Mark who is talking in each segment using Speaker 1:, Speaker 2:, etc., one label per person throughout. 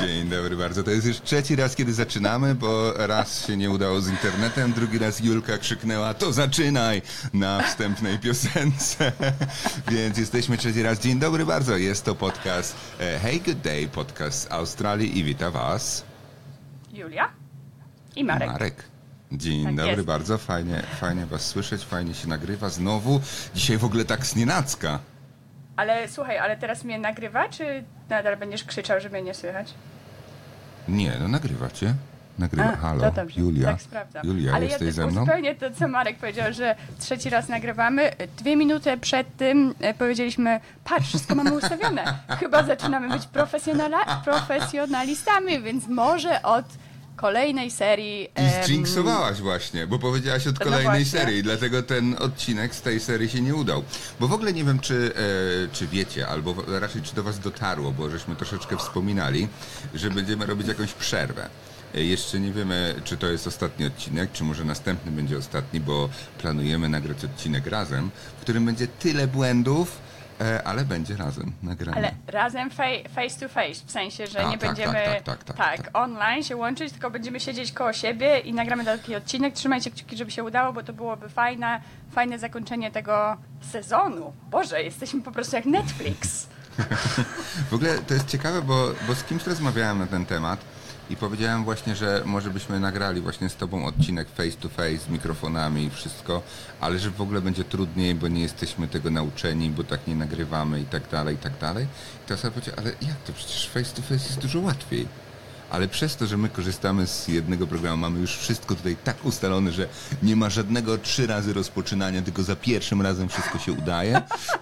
Speaker 1: Dzień dobry bardzo. To jest już trzeci raz, kiedy zaczynamy, bo raz się nie udało z internetem, drugi raz Julka krzyknęła: to zaczynaj na wstępnej piosence. Więc jesteśmy trzeci raz. Dzień dobry bardzo. Jest to podcast Hey Good Day, podcast z Australii i wita was
Speaker 2: Julia i Marek.
Speaker 1: Dzień
Speaker 2: tak
Speaker 1: dobry
Speaker 2: jest.
Speaker 1: bardzo. Fajnie was słyszeć, fajnie się nagrywa znowu. Dzisiaj w ogóle tak znienacka.
Speaker 2: Ale słuchaj, ale teraz mnie nagrywa, czy nadal będziesz krzyczał, że mnie nie słychać?
Speaker 1: Nie, no nagrywacie. Nagrywa. Halo,
Speaker 2: to dobrze.
Speaker 1: Julia.
Speaker 2: Tak sprawdzam.
Speaker 1: Julia,
Speaker 2: ale
Speaker 1: jesteś
Speaker 2: ja
Speaker 1: ze mną?
Speaker 2: Zupełnie to, co Marek powiedział, że trzeci raz nagrywamy. 2 minuty przed tym powiedzieliśmy: patrz, wszystko mamy ustawione. Chyba zaczynamy być profesjonalistami, więc może od kolejnej serii...
Speaker 1: I zdžinksowałaś właśnie, bo powiedziałaś od kolejnej
Speaker 2: właśnie.
Speaker 1: serii, dlatego ten odcinek z tej serii się nie udał. Bo w ogóle nie wiem, czy wiecie, albo raczej czy do was dotarło, bo żeśmy troszeczkę wspominali, że będziemy robić jakąś przerwę. Jeszcze nie wiemy, czy to jest ostatni odcinek, czy może następny będzie ostatni, bo planujemy nagrać odcinek razem, w którym będzie tyle błędów, ale będzie razem nagrane.
Speaker 2: Ale razem face to face, w sensie, że nie będziemy
Speaker 1: tak.
Speaker 2: online się łączyć, tylko będziemy siedzieć koło siebie i nagramy taki odcinek. Trzymajcie kciuki, żeby się udało, bo to byłoby fajne zakończenie tego sezonu. Boże, jesteśmy po prostu jak Netflix.
Speaker 1: W ogóle to jest ciekawe, bo z kimś rozmawiałem na ten temat i powiedziałem właśnie, że może byśmy nagrali właśnie z tobą odcinek face to face z mikrofonami i wszystko, ale że w ogóle będzie trudniej, bo nie jesteśmy tego nauczeni, bo tak nie nagrywamy i tak dalej, i tak dalej. I ta osoba powiedziała: ale jak to? Przecież face to face jest dużo łatwiej. Ale przez to, że my korzystamy z jednego programu, mamy już wszystko tutaj tak ustalone, że nie ma żadnego 3 razy rozpoczynania, tylko za pierwszym razem wszystko się udaje.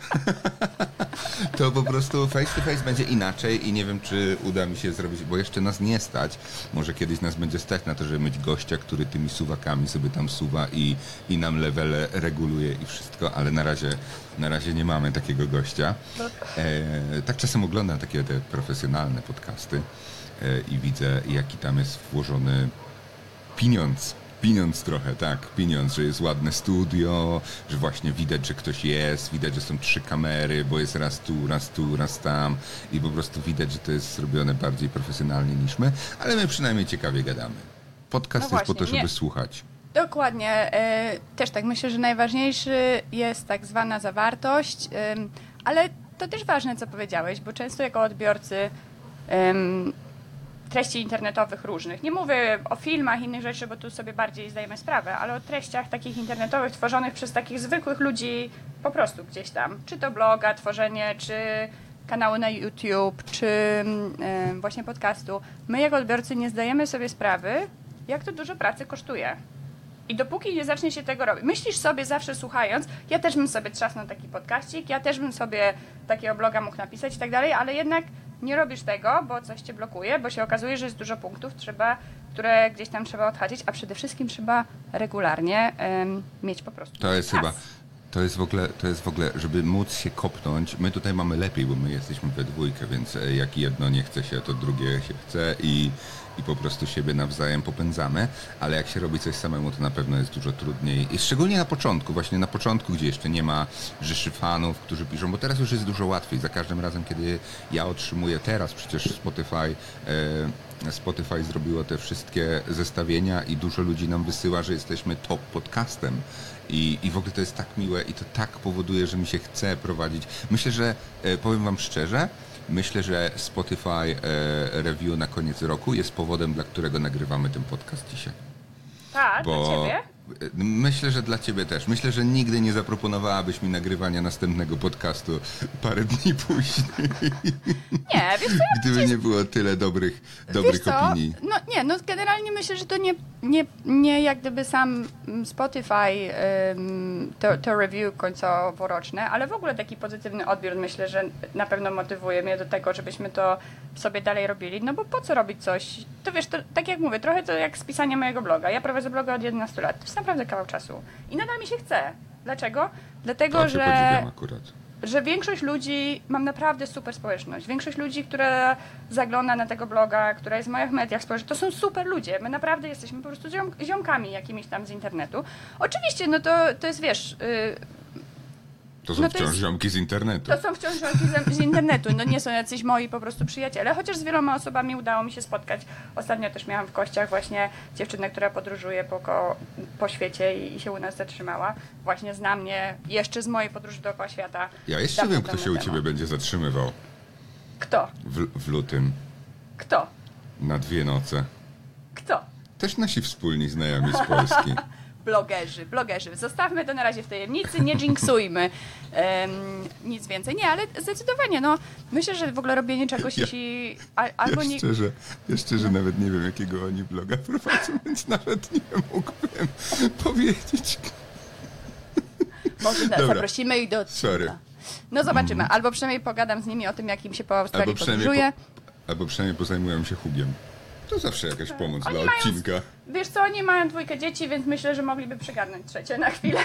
Speaker 1: To po prostu face to face będzie inaczej i nie wiem, czy uda mi się zrobić, bo jeszcze nas nie stać. Może kiedyś nas będzie stać na to, żeby mieć gościa, który tymi suwakami sobie tam suwa i nam levele reguluje i wszystko, ale na razie nie mamy takiego gościa. Tak czasem oglądam takie te profesjonalne podcasty i widzę, jaki tam jest włożony pieniądz. Pieniądz trochę, tak, pieniądz, że jest ładne studio, że właśnie widać, że ktoś jest, widać, że są 3 kamery, bo jest raz tu, raz tam i po prostu widać, że to jest zrobione bardziej profesjonalnie niż my, ale my przynajmniej ciekawie gadamy. Podcast jest po to, żeby słuchać.
Speaker 2: Dokładnie. Też tak myślę, że najważniejszy jest tak zwana zawartość, ale to też ważne, co powiedziałeś, bo często jako odbiorcy treści internetowych różnych. Nie mówię o filmach, innych rzeczy, bo tu sobie bardziej zdajemy sprawę, ale o treściach takich internetowych tworzonych przez takich zwykłych ludzi po prostu gdzieś tam. Czy to bloga, tworzenie, czy kanały na YouTube, czy właśnie podcastu. My jako odbiorcy nie zdajemy sobie sprawy, jak to dużo pracy kosztuje. I dopóki nie zacznie się tego robić, myślisz sobie zawsze słuchając, ja też bym sobie trzasnął taki podcaścik, ja też bym sobie takiego bloga mógł napisać i tak dalej, ale jednak nie robisz tego, bo coś cię blokuje, bo się okazuje, że jest dużo punktów, które gdzieś tam trzeba odhaczyć, a przede wszystkim trzeba regularnie mieć po prostu czas.
Speaker 1: To jest w ogóle, żeby móc się kopnąć, my tutaj mamy lepiej, bo my jesteśmy we dwójkę, więc jak jedno nie chce się, to drugie się chce i po prostu siebie nawzajem popędzamy, ale jak się robi coś samemu, to na pewno jest dużo trudniej. I szczególnie na początku, właśnie na początku, gdzie jeszcze nie ma rzeszy fanów, którzy piszą, bo teraz już jest dużo łatwiej. Za każdym razem, kiedy ja otrzymuję teraz, przecież Spotify zrobiło te wszystkie zestawienia i dużo ludzi nam wysyła, że jesteśmy top podcastem. I w ogóle to jest tak miłe i to tak powoduje, że mi się chce prowadzić. Myślę, że, powiem wam szczerze, myślę, że Spotify review na koniec roku jest powodem, dla którego nagrywamy ten podcast dzisiaj.
Speaker 2: Tak, dla ciebie?
Speaker 1: Myślę, że dla ciebie też. Myślę, że nigdy nie zaproponowałabyś mi nagrywania następnego podcastu parę dni później.
Speaker 2: Nie, wiesz co?
Speaker 1: Gdyby nie było tyle dobrych opinii.
Speaker 2: No generalnie myślę, że to nie jak gdyby sam Spotify to review końcowo-roczne, ale w ogóle taki pozytywny odbiór myślę, że na pewno motywuje mnie do tego, żebyśmy to sobie dalej robili, no bo po co robić coś? To wiesz, to, tak jak mówię, trochę to jak z pisania mojego bloga. Ja prowadzę bloga od 11 lat. To jest naprawdę kawał czasu. I nadal mi się chce. Dlaczego? Dlatego, że większość ludzi, mam naprawdę super społeczność. Większość ludzi, która zagląda na tego bloga, która jest w moich mediach społecznych, to są super ludzie. My naprawdę jesteśmy po prostu ziomkami jakimiś tam z internetu. Oczywiście, no to jest, wiesz,
Speaker 1: To są
Speaker 2: No
Speaker 1: wciąż ziomki z internetu.
Speaker 2: To są wciąż ziomki z internetu, no nie są jacyś moi po prostu przyjaciele, chociaż z wieloma osobami udało mi się spotkać. Ostatnio też miałam w Kościach właśnie dziewczynę, która podróżuje po świecie i się u nas zatrzymała. Właśnie zna mnie jeszcze z mojej podróży dookoła świata.
Speaker 1: Ja jeszcze wiem, kto się u ciebie będzie zatrzymywał.
Speaker 2: Kto?
Speaker 1: W lutym.
Speaker 2: Kto?
Speaker 1: Na 2 noce.
Speaker 2: Kto?
Speaker 1: Też nasi wspólni znajomi z Polski.
Speaker 2: Blogerzy. Zostawmy to na razie w tajemnicy, nie jinxujmy. Nic więcej. Nie, ale zdecydowanie, no myślę, że w ogóle robienie czegoś, jeśli albo nie...
Speaker 1: Szczerze nawet nie wiem, jakiego oni bloga prowadzą, więc nawet nie mógłbym powiedzieć.
Speaker 2: Może zaprosimy ich do odcinka.
Speaker 1: Sorry.
Speaker 2: No zobaczymy. Albo przynajmniej pogadam z nimi o tym, jak im się po Australii podróżuje.
Speaker 1: Albo przynajmniej pozajmują się Hugiem. To zawsze jakaś pomoc dla odcinka.
Speaker 2: Wiesz co, oni mają 2 dzieci, więc myślę, że mogliby przygarnąć 3 na chwilę.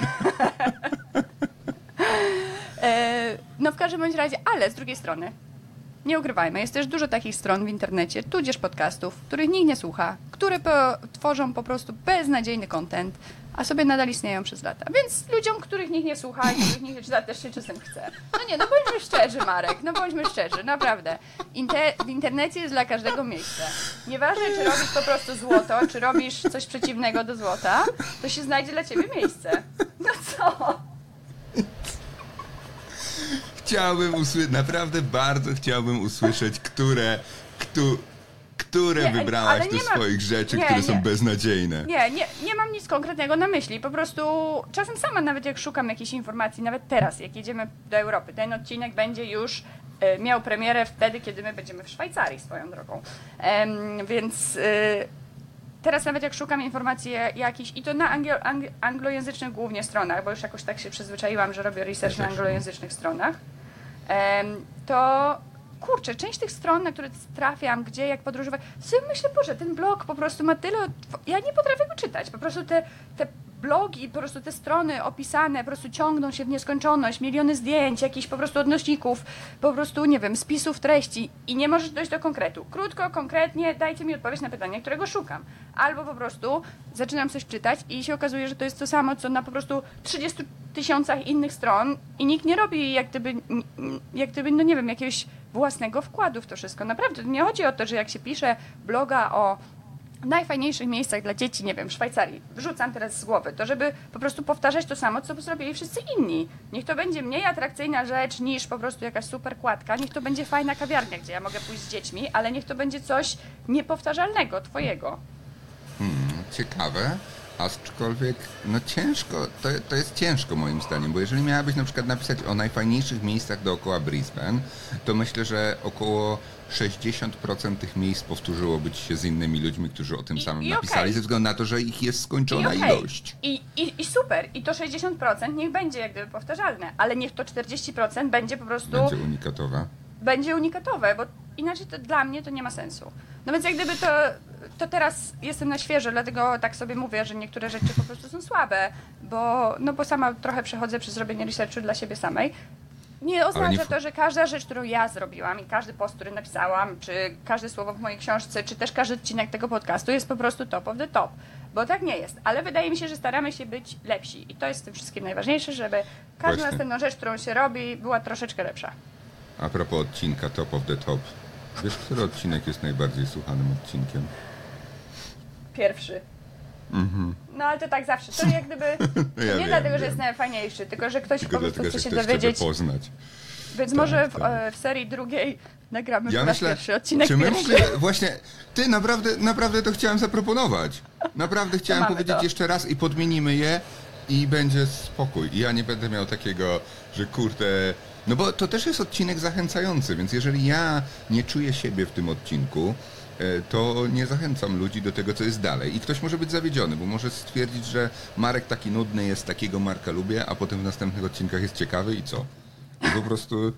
Speaker 2: No w każdym bądź razie, ale z drugiej strony, nie ukrywajmy, jest też dużo takich stron w internecie, tudzież podcastów, których nikt nie słucha, które tworzą po prostu beznadziejny content, a sobie nadal istnieją przez lata. Więc ludziom, których nikt nie słucha i których nikt nie czyta, też się czasem chce. No nie, no bądźmy szczerzy, Marek, no bądźmy szczerzy, naprawdę. W internecie jest dla każdego miejsce. Nieważne, czy robisz po prostu złoto, czy robisz coś przeciwnego do złota, to się znajdzie dla ciebie miejsce. No co?
Speaker 1: Naprawdę bardzo chciałbym usłyszeć, które wybrałaś do swoich rzeczy, które są beznadziejne.
Speaker 2: Nie mam nic konkretnego na myśli. Po prostu czasem sama nawet jak szukam jakiejś informacji, nawet teraz, jak jedziemy do Europy, ten odcinek będzie już miał premierę wtedy, kiedy my będziemy w Szwajcarii swoją drogą. Więc teraz nawet jak szukam informacji jakichś, i to na anglojęzycznych głównie stronach, bo już jakoś tak się przyzwyczaiłam, że robię research na anglojęzycznych stronach, to kurczę, część tych stron, na które trafiam, gdzie, jak podróżować, sobie myślę, Boże, ten blog po prostu ma tyle... Ja nie potrafię go czytać. Po prostu te blogi, po prostu te strony opisane, po prostu ciągną się w nieskończoność, miliony zdjęć, jakichś po prostu odnośników, po prostu, nie wiem, spisów treści i nie możesz dojść do konkretu. Krótko, konkretnie, dajcie mi odpowiedź na pytanie, którego szukam. Albo po prostu zaczynam coś czytać i się okazuje, że to jest to samo, co na po prostu 30 000 innych stron i nikt nie robi jak gdyby, no nie wiem, jakiegoś własnego wkładu w to wszystko. Naprawdę, nie chodzi o to, że jak się pisze bloga o najfajniejszych miejscach dla dzieci, nie wiem, w Szwajcarii, wrzucam teraz z głowy, to żeby po prostu powtarzać to samo, co zrobili wszyscy inni. Niech to będzie mniej atrakcyjna rzecz niż po prostu jakaś super kładka, niech to będzie fajna kawiarnia, gdzie ja mogę pójść z dziećmi, ale niech to będzie coś niepowtarzalnego, twojego.
Speaker 1: Ciekawe, aczkolwiek no ciężko, to jest ciężko moim zdaniem, bo jeżeli miałabyś na przykład napisać o najfajniejszych miejscach dookoła Brisbane, to myślę, że około 60% tych miejsc powtórzyłoby ci się z innymi ludźmi, którzy o tym samym napisali, ze względu na to, że ich jest skończona ilość.
Speaker 2: I super, i to 60% niech będzie jak gdyby powtarzalne, ale niech to 40% będzie po prostu...
Speaker 1: Będzie unikatowe.
Speaker 2: Będzie unikatowe, bo inaczej to dla mnie to nie ma sensu. No więc jak gdyby to teraz jestem na świeżo, dlatego tak sobie mówię, że niektóre rzeczy po prostu są słabe, bo sama trochę przechodzę przez robienie researchu dla siebie samej. Nie oznacza to, że każda rzecz, którą ja zrobiłam i każdy post, który napisałam, czy każde słowo w mojej książce, czy też każdy odcinek tego podcastu jest po prostu top of the top. Bo tak nie jest. Ale wydaje mi się, że staramy się być lepsi. I to jest w tym wszystkim najważniejsze, żeby każda następna rzecz, którą się robi, była troszeczkę lepsza.
Speaker 1: A propos odcinka top of the top. Wiesz, który odcinek jest najbardziej słuchanym odcinkiem?
Speaker 2: Pierwszy. No ale to tak zawsze. To jak gdyby nie dlatego, że jest najfajniejszy, tylko że ktoś po prostu chce się dowiedzieć.
Speaker 1: Poznać.
Speaker 2: Więc może w serii drugiej nagramy po raz pierwszy odcinek pierwszy.
Speaker 1: Właśnie, ty naprawdę to chciałem zaproponować. Naprawdę chciałem powiedzieć jeszcze raz i podmienimy je i będzie spokój. I ja nie będę miał takiego, że kurde... No bo to też jest odcinek zachęcający, więc jeżeli ja nie czuję siebie w tym odcinku, to nie zachęcam ludzi do tego, co jest dalej. I ktoś może być zawiedziony, bo może stwierdzić, że Marek taki nudny jest, takiego Marka lubię, a potem w następnych odcinkach jest ciekawy i co? I po prostu...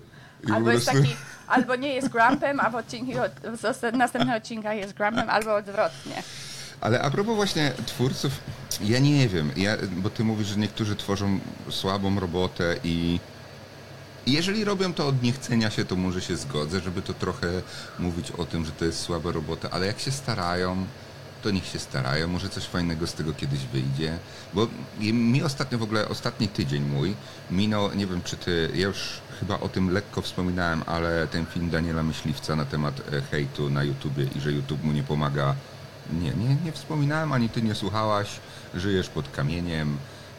Speaker 2: Albo nie jest grumpem, a w następnych odcinkach jest grumpem, albo odwrotnie.
Speaker 1: Ale a propos właśnie twórców, ja nie wiem, bo ty mówisz, że niektórzy tworzą słabą robotę i jeżeli robią to od niechcenia się, to może się zgodzę, żeby to trochę mówić o tym, że to jest słaba robota, ale jak się starają, to niech się starają, może coś fajnego z tego kiedyś wyjdzie. Bo mi ostatnio w ogóle, ostatni tydzień mój minął, nie wiem czy ty, ja już chyba o tym lekko wspominałem, ale ten film Daniela Myśliwca na temat hejtu na YouTubie i że YouTube mu nie pomaga. Nie wspominałem, ani ty nie słuchałaś, żyjesz pod kamieniem.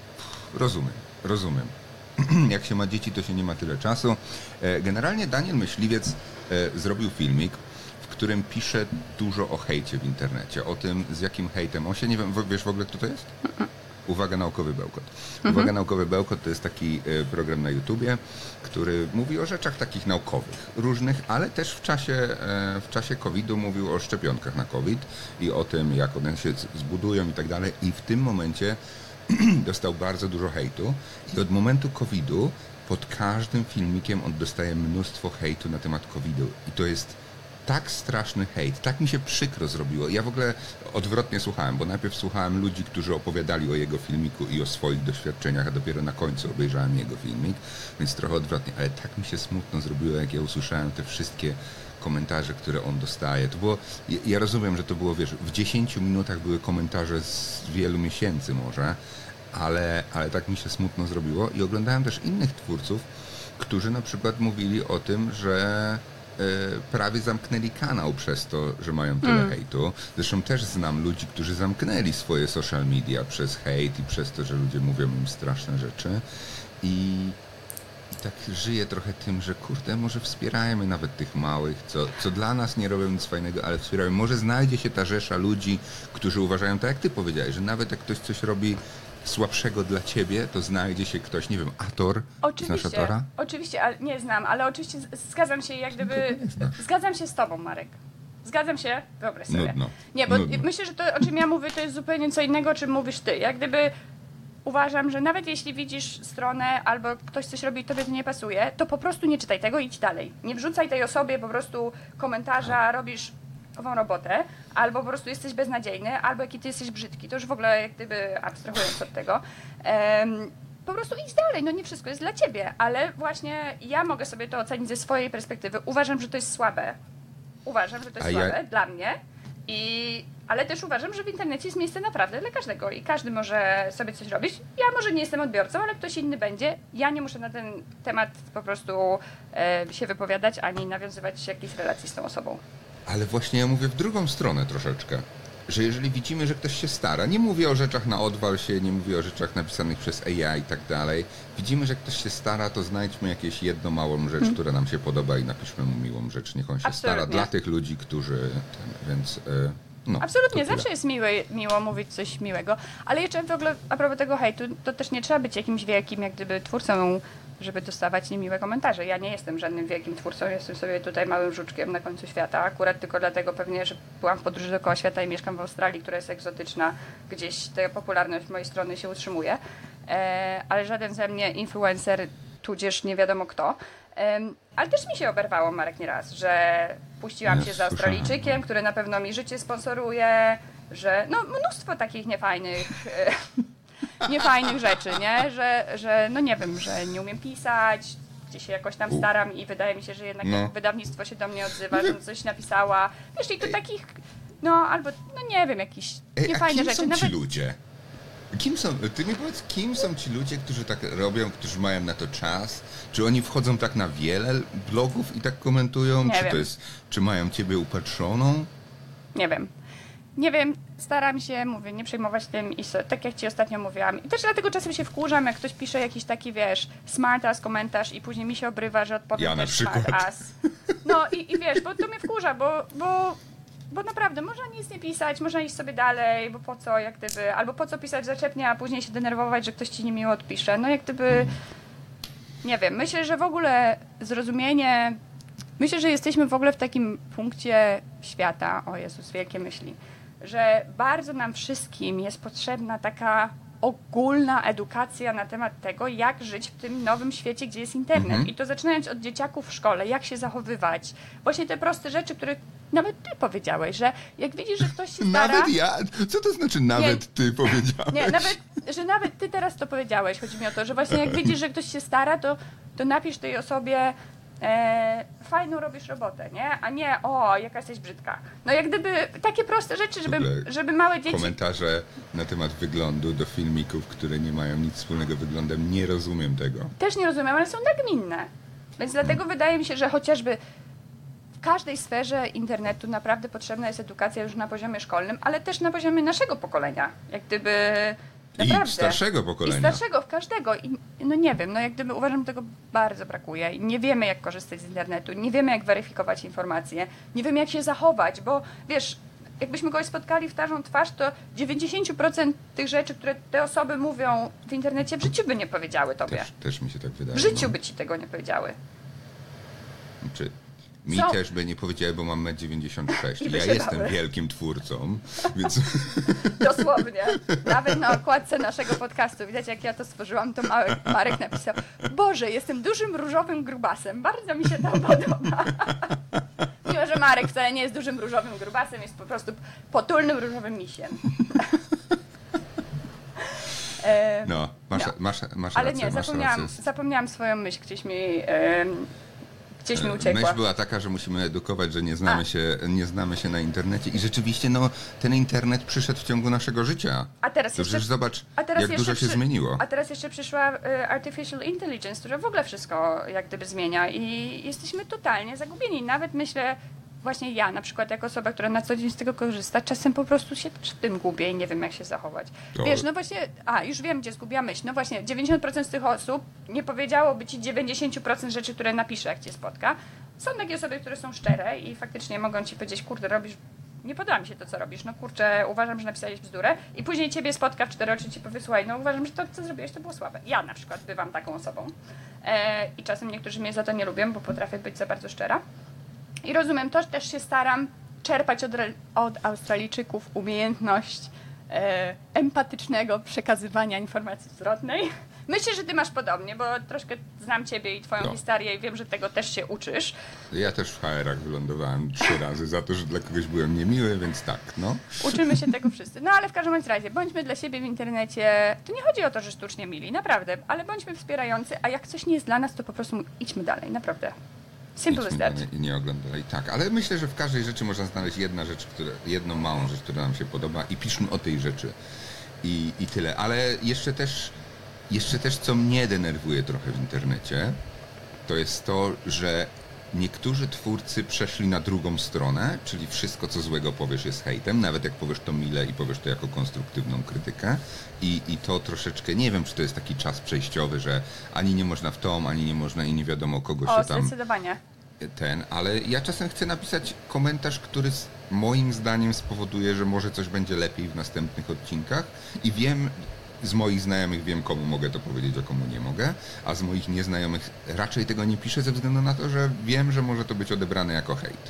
Speaker 1: Rozumiem. Jak się ma dzieci, to się nie ma tyle czasu. Generalnie Daniel Myśliwiec zrobił filmik, w którym pisze dużo o hejcie w internecie, o tym, z jakim hejtem on się, nie wiem, wiesz w ogóle, kto to jest? Uwaga, Naukowy Bełkot. Uwaga, Naukowy Bełkot to jest taki program na YouTubie, który mówi o rzeczach takich naukowych, różnych, ale też w czasie COVID-u mówił o szczepionkach na COVID i o tym, jak one się zbudują i tak dalej. I w tym momencie dostał bardzo dużo hejtu i od momentu COVID-u pod każdym filmikiem on dostaje mnóstwo hejtu na temat COVID-u i to jest tak straszny hejt, tak mi się przykro zrobiło. Ja w ogóle odwrotnie słuchałem, bo najpierw słuchałem ludzi, którzy opowiadali o jego filmiku i o swoich doświadczeniach, a dopiero na końcu obejrzałem jego filmik, więc trochę odwrotnie, ale tak mi się smutno zrobiło, jak ja usłyszałem te wszystkie komentarze, które on dostaje. To było, ja rozumiem, że to było, wiesz, w 10 minutach były komentarze z wielu miesięcy może, ale tak mi się smutno zrobiło i oglądałem też innych twórców, którzy na przykład mówili o tym, że prawie zamknęli kanał przez to, że mają tyle hejtu. Zresztą też znam ludzi, którzy zamknęli swoje social media przez hejt i przez to, że ludzie mówią im straszne rzeczy i tak żyję trochę tym, że kurde, może wspierajmy nawet tych małych, co dla nas nie robią nic fajnego, ale wspierajmy. Może znajdzie się ta rzesza ludzi, którzy uważają, tak jak ty powiedziałeś, że nawet jak ktoś coś robi słabszego dla ciebie, to znajdzie się ktoś, nie wiem, Ator? Znasz Atora?
Speaker 2: Oczywiście, ale nie znam, ale oczywiście zgadzam się jak gdyby, zgadzam się z tobą, Marek. Zgadzam się, wyobraź sobie.
Speaker 1: Nudno.
Speaker 2: Nie, bo
Speaker 1: Nudno.
Speaker 2: myślę, że to, o czym ja mówię, to jest zupełnie co innego, o czym mówisz ty. Jak gdyby uważam, że nawet jeśli widzisz stronę albo ktoś coś robi i tobie to nie pasuje, to po prostu nie czytaj tego i idź dalej. Nie wrzucaj tej osobie po prostu komentarza, robisz ową robotę, albo po prostu jesteś beznadziejny, albo jaki ty jesteś brzydki. To już w ogóle jak gdyby abstrahując od tego. Po prostu idź dalej, no nie wszystko jest dla ciebie, ale właśnie ja mogę sobie to ocenić ze swojej perspektywy. Uważam, że to jest słabe. Dla mnie. Ale też uważam, że w internecie jest miejsce naprawdę dla każdego i każdy może sobie coś robić. Ja może nie jestem odbiorcą, ale ktoś inny będzie. Ja nie muszę na ten temat po prostu się wypowiadać, ani nawiązywać jakiejś relacji z tą osobą.
Speaker 1: Ale właśnie ja mówię w drugą stronę troszeczkę, że jeżeli widzimy, że ktoś się stara, nie mówię o rzeczach na odwal się, nie mówię o rzeczach napisanych przez AI i tak dalej, widzimy, że ktoś się stara, to znajdźmy jakieś jedną małą rzecz, która nam się podoba i napiszmy mu miłą rzecz, niech on się stara dla tych ludzi, którzy... więc... No,
Speaker 2: absolutnie, zawsze jest miło mówić coś miłego, ale jeszcze w ogóle a propos tego hejtu, to też nie trzeba być jakimś wielkim jak gdyby twórcą, żeby dostawać niemiłe komentarze. Ja nie jestem żadnym wielkim twórcą, jestem sobie tutaj małym żuczkiem na końcu świata, akurat tylko dlatego pewnie, że byłam w podróży dookoła świata i mieszkam w Australii, która jest egzotyczna, gdzieś ta popularność mojej strony się utrzymuje, ale żaden ze mnie influencer, tudzież nie wiadomo kto. Ale też mi się oberwało, Marek, nieraz, że puściłam się za Australijczykiem, który na pewno mi życie sponsoruje, że no mnóstwo takich niefajnych rzeczy, nie? Że no nie wiem, że nie umiem pisać, gdzie się jakoś tam staram i wydaje mi się, że jednak jak wydawnictwo się do mnie odzywa, że coś napisała. Wiesz, i to takich, no albo, no nie wiem, jakieś niefajne rzeczy.
Speaker 1: Są ci ludzie? Ty mi powiedz, kim są ci ludzie, którzy tak robią, którzy mają na to czas? Czy oni wchodzą tak na wiele blogów i tak komentują? Czy mają ciebie upatrzoną?
Speaker 2: Nie wiem, staram się, mówię, nie przejmować tym i tak jak ci ostatnio mówiłam. I też dlatego czasem się wkurzam, jak ktoś pisze jakiś taki, wiesz, smart ass komentarz i później mi się obrywa, że odpowiem
Speaker 1: ja
Speaker 2: też smart ass. No i wiesz, bo to mnie wkurza, bo naprawdę można nic nie pisać, można iść sobie dalej, bo po co, jak gdyby, albo po co pisać zaczepnie, a później się denerwować, że ktoś ci niemiło odpisze. No jak gdyby, nie wiem, myślę, że w ogóle zrozumienie, myślę, że jesteśmy w ogóle w takim punkcie świata, o Jezus, wielkie myśli, że bardzo nam wszystkim jest potrzebna taka ogólna edukacja na temat tego, jak żyć w tym nowym świecie, gdzie jest internet. I to zaczynając od dzieciaków w szkole, jak się zachowywać. Właśnie te proste rzeczy, które nawet ty powiedziałeś, że jak widzisz, że ktoś się stara...
Speaker 1: Nawet ja? Co to znaczy nawet ty powiedziałeś?
Speaker 2: Nie, nawet ty teraz to powiedziałeś. Chodzi mi o to, że właśnie jak widzisz, że ktoś się stara, to napisz tej osobie fajną robisz robotę, nie? A nie, o, jaka jesteś brzydka. No jak gdyby takie proste rzeczy, żeby małe dzieci...
Speaker 1: Komentarze na temat wyglądu do filmików, które nie mają nic wspólnego z wyglądem, nie rozumiem tego.
Speaker 2: Też nie rozumiem, ale są nagminne. Więc dlatego wydaje mi się, że chociażby w każdej sferze internetu naprawdę potrzebna jest edukacja już na poziomie szkolnym, ale też na poziomie naszego pokolenia. Jak gdyby... Naprawdę.
Speaker 1: I starszego pokolenia.
Speaker 2: I starszego, w każdego. I, no nie wiem, no jak gdyby uważam, że tego bardzo brakuje. I nie wiemy, jak korzystać z internetu, nie wiemy, jak weryfikować informacje, nie wiemy, jak się zachować, bo wiesz, jakbyśmy kogoś spotkali w twarzą, to 90% tych rzeczy, które te osoby mówią w internecie, w życiu by nie powiedziały tobie.
Speaker 1: Też mi się tak wydaje.
Speaker 2: W życiu by ci tego nie powiedziały.
Speaker 1: Czy mi też by nie powiedziały, bo mam 1,96 m. Ja jestem wielkim twórcą, więc...
Speaker 2: Dosłownie. Nawet na okładce naszego podcastu, widać jak ja to stworzyłam, to Marek napisał: Boże, jestem dużym różowym grubasem. Bardzo mi się to podoba. Mimo, że Marek wcale nie jest dużym różowym grubasem, jest po prostu potulnym różowym misiem.
Speaker 1: No, masz
Speaker 2: ale
Speaker 1: rację.
Speaker 2: Nie, zapomniałam swoją myśl, gdzieś mi uciekła.
Speaker 1: Myśl była taka, że musimy edukować, że nie znamy się na internecie i rzeczywiście ten internet przyszedł w ciągu naszego życia.
Speaker 2: A teraz
Speaker 1: to przecież zobacz, jak dużo się zmieniło.
Speaker 2: A teraz jeszcze przyszła artificial intelligence, która w ogóle wszystko jak gdyby zmienia i jesteśmy totalnie zagubieni. Nawet myślę, właśnie ja na przykład jako osoba, która na co dzień z tego korzysta, czasem po prostu się w tym gubię i nie wiem, jak się zachować. Wiesz, no właśnie, już wiem, gdzie zgubiła myśl. No właśnie, 90% z tych osób nie powiedziałoby ci 90% rzeczy, które napisze, jak cię spotka. Są takie osoby, które są szczere i faktycznie mogą ci powiedzieć: kurde, robisz, nie podoba mi się to, co robisz, no kurczę, uważam, że napisałeś bzdurę, i później ciebie spotka w 4 oczy i ci powie: słuchaj, no uważam, że to, co zrobiłeś, to było słabe. Ja na przykład bywam taką osobą i czasem niektórzy mnie za to nie lubią, bo potrafię być za bardzo szczera. I rozumiem, to też się staram czerpać od Australijczyków umiejętność empatycznego przekazywania informacji zwrotnej. Myślę, że ty masz podobnie, bo troszkę znam ciebie i twoją historię i wiem, że tego też się uczysz.
Speaker 1: Ja też w HR-ach wylądowałem 3 razy za to, że dla kogoś byłem niemiły, więc tak, no.
Speaker 2: Uczymy się tego wszyscy. No ale w każdym razie, bądźmy dla siebie w internecie. To nie chodzi o to, że sztucznie mili, naprawdę, ale bądźmy wspierający, a jak coś nie jest dla nas, to po prostu idźmy dalej, naprawdę. Simple as that.
Speaker 1: I nie oglądali. Tak, ale myślę, że w każdej rzeczy można znaleźć jedną małą rzecz, która nam się podoba i piszmy o tej rzeczy. I tyle. Ale jeszcze też co mnie denerwuje trochę w internecie, to jest to, że niektórzy twórcy przeszli na drugą stronę, czyli wszystko, co złego powiesz, jest hejtem, nawet jak powiesz to mile i powiesz to jako konstruktywną krytykę. I to troszeczkę, nie wiem, czy to jest taki czas przejściowy, że ani nie można w tą, ani nie można i nie wiadomo kogo się tam...
Speaker 2: Zdecydowanie.
Speaker 1: Ale ja czasem chcę napisać komentarz, który moim zdaniem spowoduje, że może coś będzie lepiej w następnych odcinkach i z moich znajomych wiem, komu mogę to powiedzieć, a komu nie mogę, a z moich nieznajomych raczej tego nie piszę ze względu na to, że wiem, że może to być odebrane jako hejt.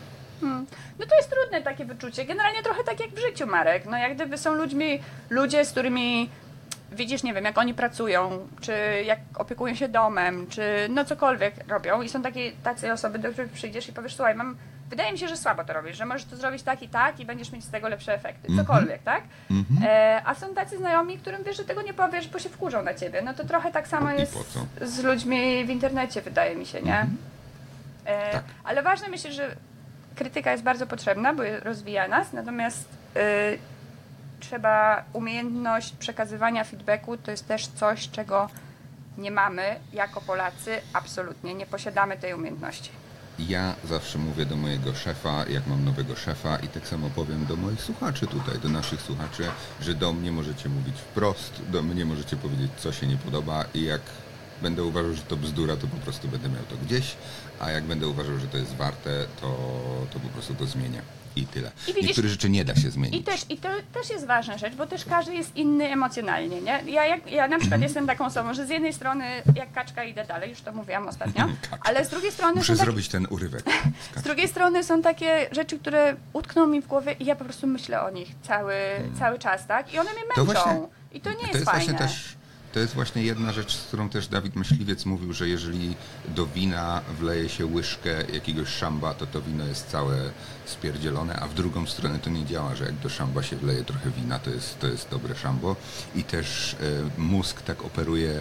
Speaker 2: No to jest trudne takie wyczucie. Generalnie trochę tak jak w życiu, Marek. No jak gdyby są ludzie, z którymi widzisz, nie wiem, jak oni pracują, czy jak opiekują się domem, czy no cokolwiek robią i są tacy osoby, do których przyjdziesz i powiesz: słuchaj, wydaje mi się, że słabo to robisz, że możesz to zrobić tak i będziesz mieć z tego lepsze efekty. Cokolwiek, tak? A są tacy znajomi, którym wiesz, że tego nie powiesz, bo się wkurzą na ciebie. No to trochę tak samo jest z ludźmi w internecie, wydaje mi się, nie?
Speaker 1: Tak.
Speaker 2: Ale ważne, myślę, że krytyka jest bardzo potrzebna, bo rozwija nas, natomiast trzeba umiejętność przekazywania feedbacku, to jest też coś, czego nie mamy jako Polacy, absolutnie nie posiadamy tej umiejętności.
Speaker 1: Ja zawsze mówię do mojego szefa, jak mam nowego szefa, i tak samo powiem do moich słuchaczy tutaj, do naszych słuchaczy, że do mnie możecie mówić wprost, do mnie możecie powiedzieć, co się nie podoba, i jak będę uważał, że to bzdura, to po prostu będę miał to gdzieś, a jak będę uważał, że to jest warte, to po prostu to zmienię. I tyle. Niektóre rzeczy nie da się zmienić.
Speaker 2: I to też jest ważna rzecz, bo też każdy jest inny emocjonalnie, nie? Ja na przykład jestem taką osobą, że z jednej strony jak kaczka idę dalej, już to mówiłam ostatnio, ale z drugiej strony
Speaker 1: muszę zrobić ten urywek.
Speaker 2: Z drugiej strony są takie rzeczy, które utkną mi w głowie i ja po prostu myślę o nich cały czas, tak? I one mnie męczą. I to nie jest fajne.
Speaker 1: To jest właśnie jedna rzecz, z którą też Dawid Myśliwiec mówił, że jeżeli do wina wleje się łyżkę jakiegoś szamba, to wino jest całe spierdzielone, a w drugą stronę to nie działa, że jak do szamba się wleje trochę wina, to jest dobre szambo. I też mózg tak operuje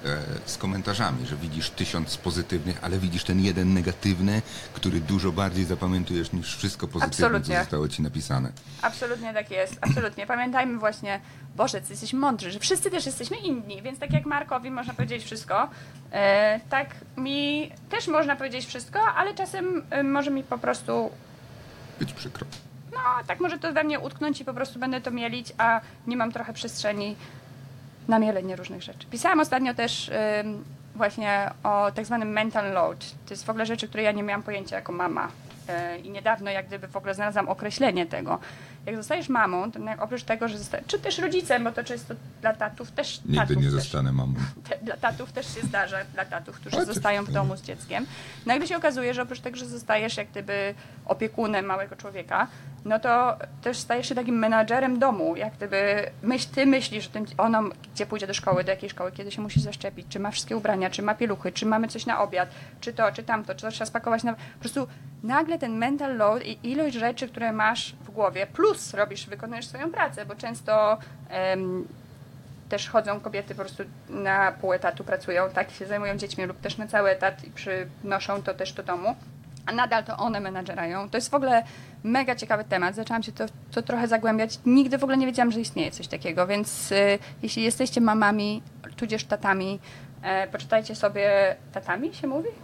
Speaker 1: z komentarzami, że widzisz 1000 pozytywnych, ale widzisz ten jeden negatywny, który dużo bardziej zapamiętujesz niż wszystko pozytywne,
Speaker 2: Absolutnie.
Speaker 1: co zostało ci napisane.
Speaker 2: Absolutnie tak jest, absolutnie. Pamiętajmy właśnie, Boże, ty jesteś mądrzy, że wszyscy też jesteśmy inni, więc tak jak Markowi można powiedzieć wszystko, tak mi też można powiedzieć wszystko, ale czasem może mi po prostu,
Speaker 1: Być przykro.
Speaker 2: no tak może to we mnie utknąć i po prostu będę to mielić, a nie mam trochę przestrzeni na mielenie różnych rzeczy. Pisałam ostatnio też właśnie o tak zwanym mental load. To jest w ogóle rzeczy, które ja nie miałam pojęcia jako mama. I niedawno jak gdyby w ogóle znalazłam określenie tego. Jak zostajesz mamą, to oprócz tego, że czy też rodzicem, bo to często dla tatów też...
Speaker 1: Nigdy nie
Speaker 2: też,
Speaker 1: zostanę mamą.
Speaker 2: dla tatów też się zdarza, dla tatów, którzy
Speaker 1: Chociaż
Speaker 2: zostają w
Speaker 1: to
Speaker 2: domu z dzieckiem. Nagle się okazuje, że oprócz tego, że zostajesz jak gdyby opiekunem małego człowieka, no to też stajesz się takim menadżerem domu. Jak gdyby ty myślisz o tym, ono gdzie pójdzie do szkoły, do jakiej szkoły, kiedy się musi zaszczepić, czy ma wszystkie ubrania, czy ma pieluchy, czy mamy coś na obiad, czy to, czy tamto, czy to trzeba spakować na... Po prostu nagle ten mental load i ilość rzeczy, które masz w głowie, plus wykonujesz swoją pracę, bo często też chodzą kobiety po prostu na pół etatu, pracują, tak się zajmują dziećmi lub też na cały etat i przynoszą to też do domu, a nadal to one menadżerają. To jest w ogóle mega ciekawy temat. Zaczęłam się to trochę zagłębiać. Nigdy w ogóle nie wiedziałam, że istnieje coś takiego, więc jeśli jesteście mamami, tudzież tatami, poczytajcie sobie... Tatami się mówi?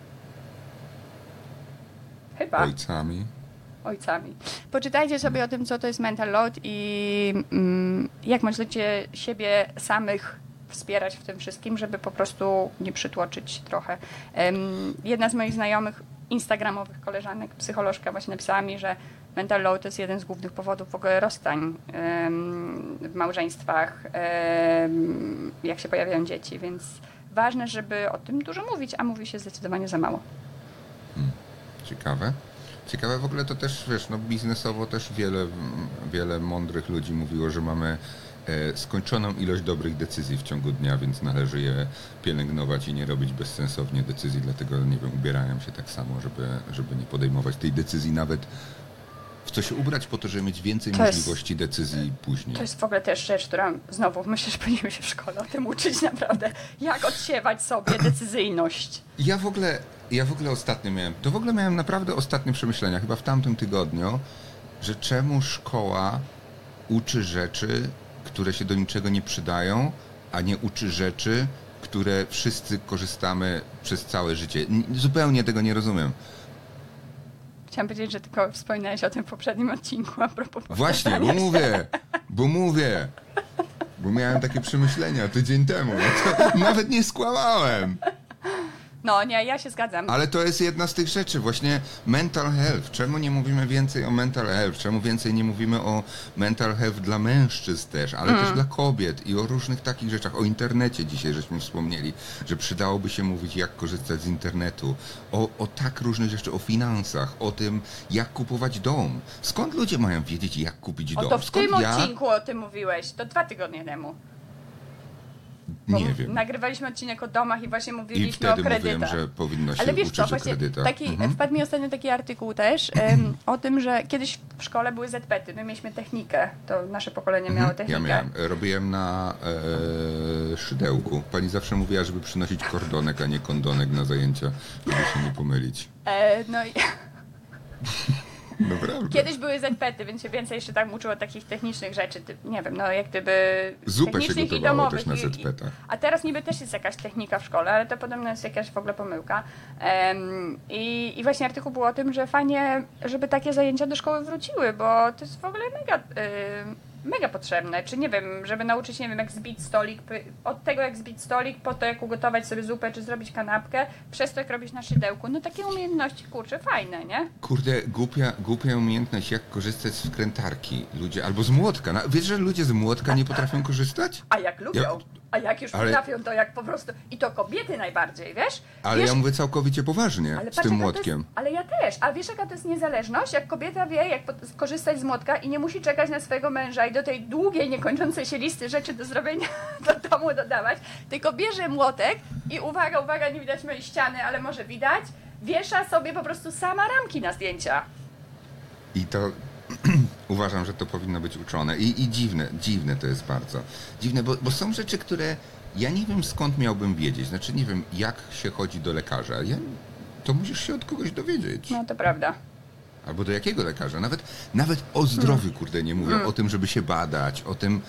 Speaker 2: Chyba. Ojcami. Poczytajcie sobie o tym, co to jest mental load i jak możecie siebie samych wspierać w tym wszystkim, żeby po prostu nie przytłoczyć trochę. Jedna z moich znajomych instagramowych koleżanek, psycholożka, właśnie napisała mi, że mental load to jest jeden z głównych powodów w ogóle rozstań w małżeństwach, jak się pojawiają dzieci, więc ważne, żeby o tym dużo mówić, a mówi się zdecydowanie za mało.
Speaker 1: Ciekawe. Ciekawe w ogóle to też, wiesz, no biznesowo też wiele mądrych ludzi mówiło, że mamy skończoną ilość dobrych decyzji w ciągu dnia, więc należy je pielęgnować i nie robić bezsensownie decyzji, dlatego, nie wiem, ubierają się tak samo, żeby nie podejmować tej decyzji nawet w co się ubrać po to, żeby mieć więcej możliwości decyzji później.
Speaker 2: To jest w ogóle też rzecz, która znowu myślę, że powinniśmy się w szkole o tym uczyć naprawdę, jak odsiewać sobie decyzyjność.
Speaker 1: Ja w ogóle ostatnio miałem naprawdę ostatnie przemyślenia, chyba w tamtym tygodniu, że czemu szkoła uczy rzeczy, które się do niczego nie przydają, a nie uczy rzeczy, które wszyscy korzystamy przez całe życie. Zupełnie tego nie rozumiem.
Speaker 2: Chciałam powiedzieć, że tylko wspominałeś o tym w poprzednim odcinku a propos
Speaker 1: Właśnie, bo miałem takie przemyślenia tydzień temu. No to nawet nie skłamałem.
Speaker 2: No nie, ja się zgadzam.
Speaker 1: Ale to jest jedna z tych rzeczy, właśnie mental health. Czemu nie mówimy więcej o mental health? Czemu więcej nie mówimy o mental health dla mężczyzn też, ale też dla kobiet i o różnych takich rzeczach. O internecie dzisiaj żeśmy wspomnieli, że przydałoby się mówić, jak korzystać z internetu. O tak różnych rzeczy, o finansach, o tym, jak kupować dom. Skąd ludzie mają wiedzieć, jak kupić dom?
Speaker 2: O to w
Speaker 1: Skąd
Speaker 2: tym odcinku o tym mówiłeś, to 2 tygodnie temu.
Speaker 1: Nie wiem.
Speaker 2: Nagrywaliśmy odcinek o domach i właśnie
Speaker 1: I
Speaker 2: mówiliśmy o
Speaker 1: wtedy
Speaker 2: kredytach.
Speaker 1: mówiłem, że powinno się
Speaker 2: Ale wiesz
Speaker 1: uczyć
Speaker 2: co,
Speaker 1: o
Speaker 2: właśnie
Speaker 1: kredytach.
Speaker 2: wpadł mi ostatnio taki artykuł też o tym, że kiedyś w szkole były ZP-ty, my mieliśmy technikę, to nasze pokolenie miało technikę.
Speaker 1: Robiłem na szydełku. Pani zawsze mówiła, żeby przynosić kordonek, a nie kondonek na zajęcia, żeby się nie pomylić.
Speaker 2: No i
Speaker 1: Naprawdę.
Speaker 2: kiedyś były ZP-ty, więc się więcej jeszcze tam uczyło takich technicznych rzeczy, nie wiem, no jak gdyby
Speaker 1: Zupę się
Speaker 2: technicznych i
Speaker 1: gotowało
Speaker 2: domowych.
Speaker 1: też na ZP-tach.
Speaker 2: A teraz niby też jest jakaś technika w szkole, ale to podobno jest jakaś w ogóle pomyłka. I właśnie artykuł był o tym, że fajnie, żeby takie zajęcia do szkoły wróciły, bo to jest w ogóle mega potrzebne. Czy nie wiem, żeby nauczyć, nie wiem, jak zbić stolik, od tego jak zbić stolik, po to jak ugotować sobie zupę, czy zrobić kanapkę, przez to jak robić na szydełku. No takie umiejętności, kurczę, fajne, nie?
Speaker 1: Kurde, głupia umiejętność, jak korzystać z wkrętarki. Ludzie, albo z młotka. Wiesz, że ludzie z młotka nie potrafią korzystać?
Speaker 2: A jak lubią? A jak już potrafią, to jak po prostu... I to kobiety najbardziej, wiesz?
Speaker 1: Ale
Speaker 2: wiesz,
Speaker 1: ja mówię całkowicie poważnie, z
Speaker 2: patrz,
Speaker 1: tym
Speaker 2: jaka
Speaker 1: młotkiem.
Speaker 2: ale ja też. A wiesz, jaka to jest niezależność? Jak kobieta wie, jak korzystać z młotka i nie musi czekać na swojego męża i do tej długiej, niekończącej się listy rzeczy do zrobienia do domu dodawać, tylko bierze młotek i uwaga, nie widać mojej ściany, ale może widać, wiesza sobie po prostu sama ramki na zdjęcia.
Speaker 1: I to uważam, że to powinno być uczone. I dziwne to jest bardzo. Dziwne, bo są rzeczy, które Ja nie wiem, skąd miałbym wiedzieć. Znaczy, nie wiem, jak się chodzi do lekarza. To musisz się od kogoś dowiedzieć.
Speaker 2: No to prawda.
Speaker 1: Albo do jakiego lekarza? Nawet o zdrowiu, kurde, nie mówię. O tym, żeby się badać, o tym...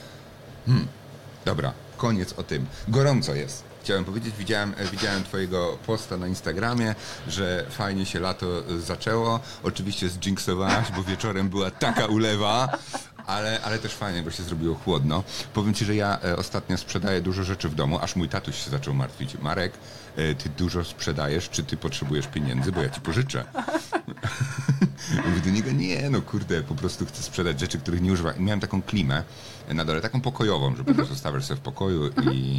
Speaker 1: Dobra, koniec o tym. Gorąco jest. Chciałem powiedzieć, widziałem twojego posta na Instagramie, że fajnie się lato zaczęło. Oczywiście zdzinksowałaś, bo wieczorem była taka ulewa, ale też fajnie, bo się zrobiło chłodno. Powiem ci, że ja ostatnio sprzedaję dużo rzeczy w domu, aż mój tatuś się zaczął martwić. Marek, ty dużo sprzedajesz, czy ty potrzebujesz pieniędzy, bo ja ci pożyczę. Mówię do niego, nie, no kurde, po prostu chcę sprzedać rzeczy, których nie używam. I miałem taką klimę na dole, taką pokojową, że po prostu zostawiasz sobie w pokoju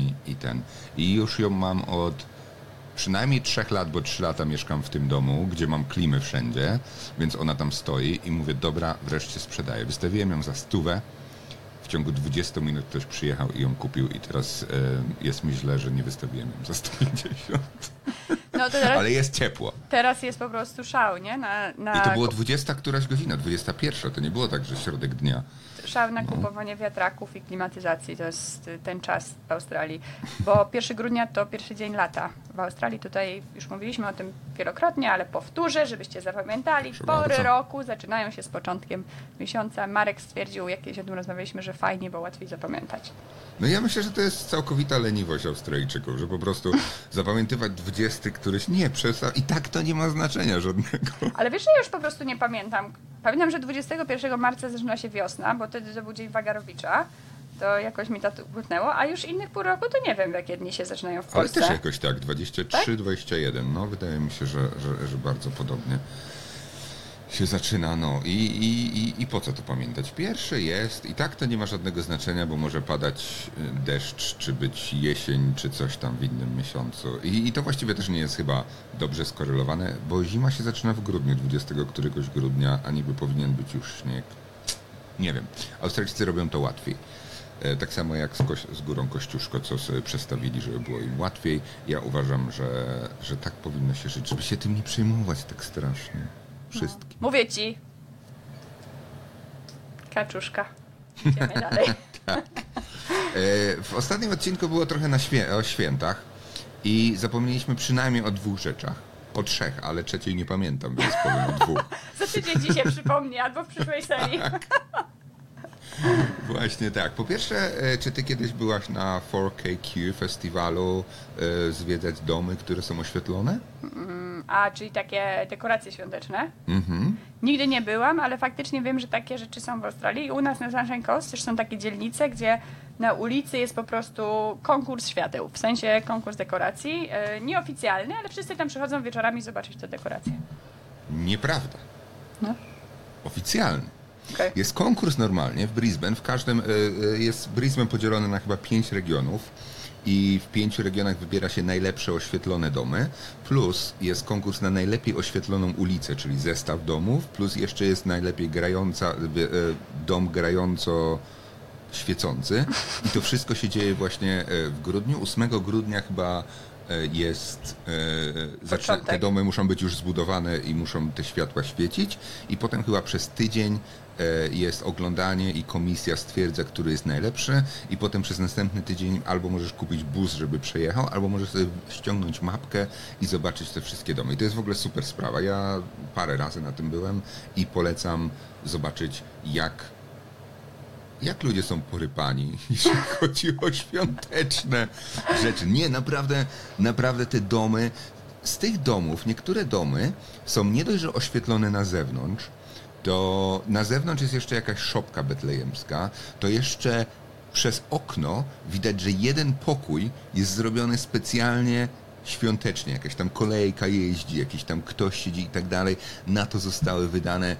Speaker 1: i już ją mam od przynajmniej 3 lat, bo 3 lata mieszkam w tym domu, gdzie mam klimy wszędzie, więc ona tam stoi i mówię, dobra, wreszcie sprzedaję. Wystawiłem ją za 100. W ciągu 20 minut ktoś przyjechał i ją kupił i teraz jest mi źle, że nie wystawiłem ją za 150.
Speaker 2: No to teraz,
Speaker 1: ale jest ciepło.
Speaker 2: teraz jest po prostu szał, nie?
Speaker 1: I to było 20 któraś godzina, 21. To nie było tak, że środek dnia.
Speaker 2: Szał na kupowanie wiatraków i klimatyzacji. To jest ten czas w Australii. Bo 1 grudnia to pierwszy dzień lata w Australii. Tutaj już mówiliśmy o tym wielokrotnie, ale powtórzę, żebyście zapamiętali. Pory roku zaczynają się z początkiem miesiąca. Marek stwierdził, jak kiedyś o tym rozmawialiśmy, że fajnie, bo łatwiej zapamiętać.
Speaker 1: No ja myślę, że to jest całkowita leniwość Australijczyków, że po prostu zapamiętywać 20 któryś, nie, i tak to nie ma znaczenia żadnego.
Speaker 2: Ale wiesz, że ja już po prostu nie pamiętam. Pamiętam, że 21 marca zaczyna się wiosna, bo wtedy to był dzień Wagarowicza. To jakoś mi to błysnęło, a już innych pół roku to nie wiem, w jakie dni się zaczynają w Polsce.
Speaker 1: Ale też jakoś tak, 23, tak? 21, no wydaje mi się, że bardzo podobnie się zaczyna, no i po co to pamiętać? Pierwszy jest i tak to nie ma żadnego znaczenia, bo może padać deszcz, czy być jesień, czy coś tam w innym miesiącu. I to właściwie też nie jest chyba dobrze skorelowane, bo zima się zaczyna w grudniu, 20 któregoś grudnia, a niby powinien być już śnieg. Nie wiem. Australijczycy robią to łatwiej. Tak samo jak z górą Kościuszko, co sobie przestawili, żeby było im łatwiej. Ja uważam, że tak powinno się żyć, żeby się tym nie przejmować tak strasznie. Wszystkim.
Speaker 2: No. Mówię ci. Kaczuszka. Idziemy dalej.
Speaker 1: Tak. W ostatnim odcinku było trochę o świętach i zapomnieliśmy przynajmniej o 2 rzeczach. O 3, ale trzeciej nie pamiętam, więc powiem o 2.
Speaker 2: Za tydzień ci się przypomni, albo w przyszłej serii.
Speaker 1: Tak. Właśnie tak. Po pierwsze, czy ty kiedyś byłaś na 4KQ festiwalu zwiedzać domy, które są oświetlone?
Speaker 2: A, czyli takie dekoracje świąteczne?
Speaker 1: Mhm.
Speaker 2: Nigdy nie byłam, ale faktycznie wiem, że takie rzeczy są w Australii. I u nas na Sunshine Coast też są takie dzielnice, gdzie na ulicy jest po prostu konkurs świateł. W sensie konkurs dekoracji. Nieoficjalny, ale wszyscy tam przychodzą wieczorami zobaczyć te dekoracje.
Speaker 1: Nieprawda.
Speaker 2: No.
Speaker 1: Oficjalny.
Speaker 2: Okay.
Speaker 1: Jest konkurs normalnie w Brisbane. W każdym jest Brisbane podzielony na chyba 5 regionów i w 5 regionach wybiera się najlepsze oświetlone domy, plus jest konkurs na najlepiej oświetloną ulicę, czyli zestaw domów, plus jeszcze jest najlepiej dom grająco świecący i to wszystko się dzieje właśnie w grudniu. 8 grudnia chyba jest, te domy muszą być już zbudowane i muszą te światła świecić i potem chyba przez tydzień jest oglądanie i komisja stwierdza, który jest najlepszy i potem przez następny tydzień albo możesz kupić bus, żeby przejechał, albo możesz sobie ściągnąć mapkę i zobaczyć te wszystkie domy. I to jest w ogóle super sprawa. Ja parę razy na tym byłem i polecam zobaczyć, jak ludzie są porypani, jeśli chodzi o świąteczne rzeczy. Nie, naprawdę te domy, z tych domów, niektóre domy są nie dość, że oświetlone na zewnątrz, to na zewnątrz jest jeszcze jakaś szopka betlejemska, to jeszcze przez okno widać, że jeden pokój jest zrobiony specjalnie świątecznie. Jakaś tam kolejka jeździ, jakiś tam ktoś siedzi i tak dalej. Na to zostały wydane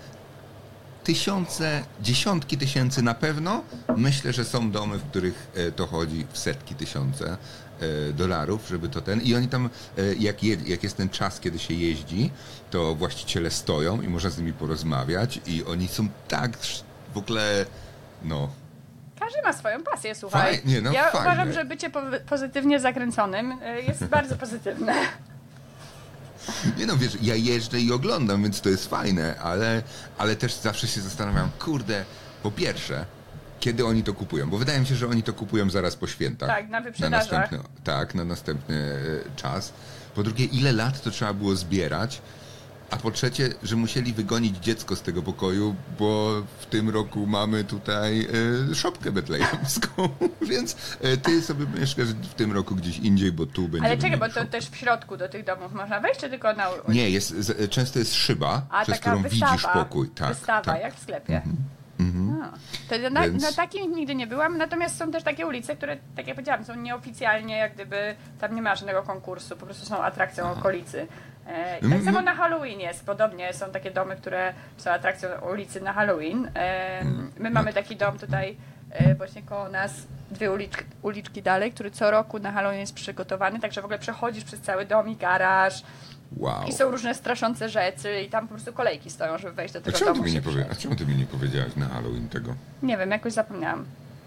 Speaker 1: dziesiątki tysięcy na pewno. Myślę, że są domy, w których to chodzi w setki tysiące dolarów, żeby to i oni tam, jak jest ten czas, kiedy się jeździ, to właściciele stoją i można z nimi porozmawiać i oni są tak w ogóle, no...
Speaker 2: Każdy ma swoją pasję, słuchaj.
Speaker 1: Fajnie.
Speaker 2: Uważam, że bycie pozytywnie zakręconym jest bardzo pozytywne.
Speaker 1: Nie no, wiesz, ja jeżdżę i oglądam, więc to jest fajne, ale też zawsze się zastanawiam, kurde, po pierwsze, Kiedy oni to kupują? Bo wydaje mi się, że oni to kupują zaraz po świętach.
Speaker 2: Tak, na wyprzedażach.
Speaker 1: Na następny czas. Po drugie, ile lat to trzeba było zbierać? A po trzecie, że musieli wygonić dziecko z tego pokoju, bo w tym roku mamy tutaj szopkę betlejemską. Więc ty sobie mieszkasz w tym roku gdzieś indziej, bo tu będzie.
Speaker 2: Ale czekaj, bo to też w środku do tych domów można wejść, czy tylko na ulicy?
Speaker 1: Nie, często jest szyba, przez
Speaker 2: taka
Speaker 1: którą
Speaker 2: wystawa,
Speaker 1: widzisz pokój. Tak,
Speaker 2: wystawa,
Speaker 1: tak.
Speaker 2: jak w sklepie. No. To
Speaker 1: Więc-
Speaker 2: na takim nigdy nie byłam, natomiast są też takie ulice, które, tak jak powiedziałam, są nieoficjalnie, jak gdyby tam nie ma żadnego konkursu, po prostu są atrakcją okolicy. I tak samo na Halloween jest, podobnie są takie domy, które są atrakcją ulicy na Halloween. My mamy taki dom tutaj właśnie koło nas, 2 uliczki dalej, który co roku na Halloween jest przygotowany, także w ogóle przechodzisz przez cały dom i garaż.
Speaker 1: Wow.
Speaker 2: I są różne straszące rzeczy i tam po prostu kolejki stoją, żeby wejść do
Speaker 1: A
Speaker 2: tego
Speaker 1: czemu
Speaker 2: domu.
Speaker 1: czemu ty mi nie powiedziałaś na Halloween tego?
Speaker 2: Nie wiem, jakoś zapomniałam.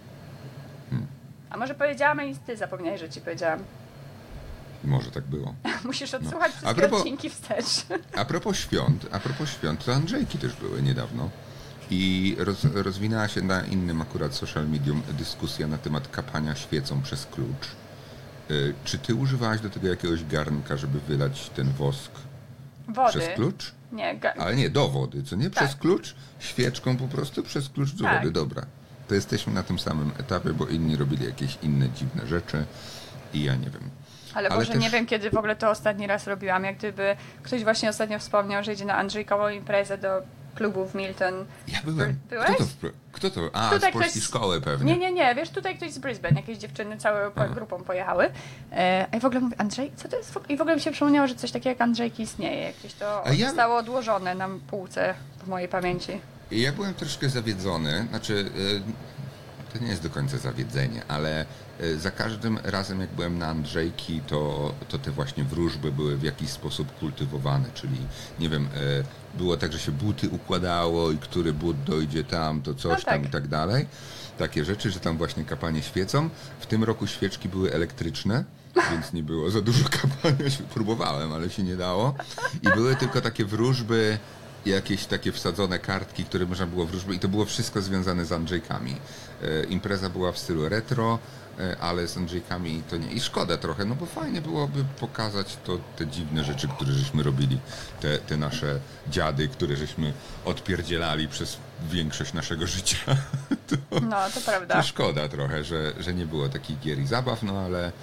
Speaker 2: A może powiedziałam, a ty zapomniałeś, że ci powiedziałam.
Speaker 1: Może tak było.
Speaker 2: Musisz odsłuchać
Speaker 1: A
Speaker 2: wszystkie
Speaker 1: propos-
Speaker 2: odcinki wstecz.
Speaker 1: A propos świąt, to Andrzejki też były niedawno. I rozwinęła się na innym akurat social medium dyskusja na temat kapania świecą przez klucz. Czy ty używałaś do tego jakiegoś garnka, żeby wylać ten wosk
Speaker 2: Wody.
Speaker 1: przez klucz?
Speaker 2: Nie,
Speaker 1: Ale nie, do wody, co nie? Przez
Speaker 2: Tak.
Speaker 1: klucz? Świeczką po prostu przez klucz do
Speaker 2: Tak.
Speaker 1: wody, dobra. To jesteśmy na tym samym etapie, bo inni robili jakieś inne dziwne rzeczy i ja nie wiem.
Speaker 2: ale
Speaker 1: ale
Speaker 2: może
Speaker 1: też-
Speaker 2: nie wiem, kiedy w ogóle to ostatni raz robiłam. Jak gdyby ktoś właśnie ostatnio wspomniał, że idzie na Andrzejkową imprezę do klubu w Milton.
Speaker 1: Ja byłem.
Speaker 2: Byłeś?
Speaker 1: Kto to? A,
Speaker 2: Tutaj
Speaker 1: z polskiej
Speaker 2: ktoś-
Speaker 1: szkoły pewnie.
Speaker 2: Nie, wiesz, tutaj ktoś z Brisbane, jakieś dziewczyny całą grupą pojechały. A i w ogóle mówię, Andrzej, co to jest? I w ogóle mi się przypomniało, że coś takiego jak Andrzejki istnieje. Jakieś to
Speaker 1: A ja-
Speaker 2: zostało odłożone na półce w mojej pamięci.
Speaker 1: Ja byłem troszkę zawiedzony, znaczy to nie jest do końca zawiedzenie, ale za każdym razem jak byłem na Andrzejki, to te właśnie wróżby były w jakiś sposób kultywowane, czyli nie wiem, było tak, że się buty układało i który but dojdzie tam, to coś
Speaker 2: No tak.
Speaker 1: tam i tak dalej. Takie rzeczy, że tam właśnie kapanie świecą. W tym roku świeczki były elektryczne, więc nie było za dużo kapania. Próbowałem, ale się nie dało. I były tylko takie wróżby, jakieś takie wsadzone kartki, które można było wróżby i to było wszystko związane z Andrzejkami. Impreza była w stylu retro, ale z Andrzejkami to nie. I szkoda trochę, no bo fajnie byłoby pokazać te dziwne rzeczy, które żeśmy robili. Te nasze dziady, które żeśmy odpierdzielali przez większość naszego życia.
Speaker 2: No, to prawda.
Speaker 1: To szkoda trochę, że nie było takich gier i zabaw, no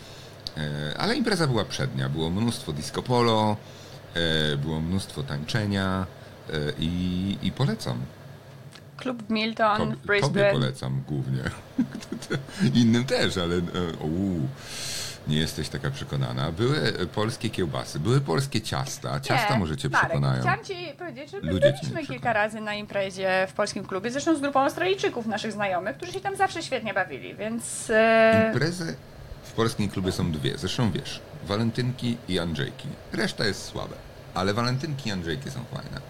Speaker 1: ale impreza była przednia. Było mnóstwo disco polo, było mnóstwo tańczenia i polecam.
Speaker 2: Klub w Milton w
Speaker 1: Tobie
Speaker 2: Brisbane.
Speaker 1: polecam głównie. Innym też, ale nie jesteś taka przekonana. Były polskie kiełbasy, były polskie ciasta. Ciasta może cię
Speaker 2: Marek,
Speaker 1: przekonają.
Speaker 2: chciałam ci powiedzieć, że my
Speaker 1: Ludzie cię nie
Speaker 2: byliśmy
Speaker 1: przekonają.
Speaker 2: kilka razy na imprezie w polskim klubie, zresztą z grupą Australijczyków, naszych znajomych, którzy się tam zawsze świetnie bawili, więc...
Speaker 1: Imprezy w polskim klubie są dwie. Zresztą wiesz, walentynki i Andrzejki. Reszta jest słabe. Ale walentynki i Andrzejki są fajne.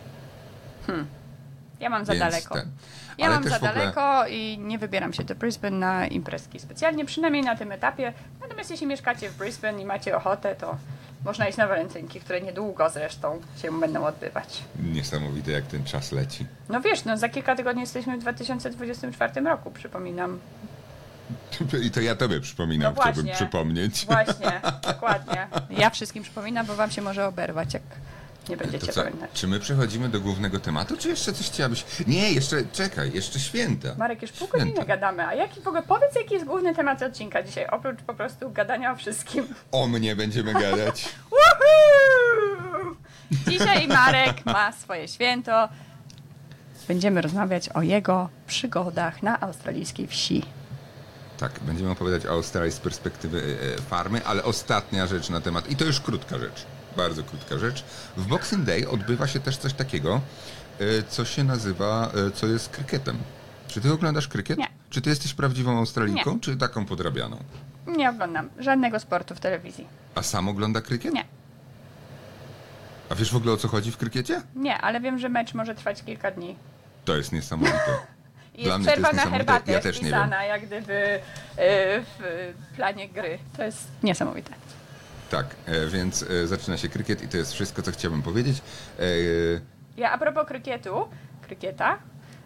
Speaker 2: Ja mam za
Speaker 1: Więc
Speaker 2: daleko.
Speaker 1: ten.
Speaker 2: Ja
Speaker 1: Ale
Speaker 2: mam
Speaker 1: też
Speaker 2: za
Speaker 1: w ogóle-
Speaker 2: daleko i nie wybieram się do Brisbane na imprezki specjalnie, przynajmniej na tym etapie. Natomiast jeśli mieszkacie w Brisbane i macie ochotę, to można iść na walentynki, które niedługo zresztą się będą odbywać.
Speaker 1: Niesamowite, jak ten czas leci.
Speaker 2: No wiesz, no za kilka tygodni jesteśmy w 2024 roku, przypominam.
Speaker 1: I to ja tobie przypominam,
Speaker 2: No
Speaker 1: chciałbym
Speaker 2: właśnie.
Speaker 1: przypomnieć.
Speaker 2: Właśnie, dokładnie. Ja wszystkim przypominam, bo wam się może oberwać, jak nie będziecie
Speaker 1: To co,
Speaker 2: pamiętać.
Speaker 1: czy my przechodzimy do głównego tematu, czy jeszcze coś chciałabyś... Nie, jeszcze święta.
Speaker 2: Marek, już pół godziny gadamy, a jaki w ogóle, powiedz, jaki jest główny temat odcinka dzisiaj, oprócz po prostu gadania o wszystkim.
Speaker 1: O mnie będziemy gadać.
Speaker 2: Woohoo! Dzisiaj Marek ma swoje święto. Będziemy rozmawiać o jego przygodach na australijskiej wsi.
Speaker 1: Tak, będziemy opowiadać o Australii z perspektywy farmy, ale ostatnia rzecz na temat, i to już krótka rzecz, bardzo krótka rzecz. W Boxing Day odbywa się też coś takiego, co się nazywa, co jest krykietem. Czy ty oglądasz krykiet?
Speaker 2: Nie.
Speaker 1: Czy ty jesteś prawdziwą Australijką,
Speaker 2: Nie.
Speaker 1: czy taką podrabianą?
Speaker 2: Nie oglądam żadnego sportu w telewizji.
Speaker 1: A sam ogląda krykiet?
Speaker 2: Nie,
Speaker 1: A wiesz w ogóle o co chodzi w krykiecie?
Speaker 2: nie, ale wiem, że mecz może trwać kilka dni.
Speaker 1: To jest niesamowite.
Speaker 2: I
Speaker 1: Dla
Speaker 2: jest
Speaker 1: mnie to
Speaker 2: przerwa
Speaker 1: jest
Speaker 2: na
Speaker 1: niesamowite.
Speaker 2: herbatę
Speaker 1: Ja też nie wiem.
Speaker 2: wpisana jak gdyby w planie gry. To jest niesamowite.
Speaker 1: Tak, więc zaczyna się krykiet i to jest wszystko, co chciałbym powiedzieć.
Speaker 2: Ja a propos krykieta,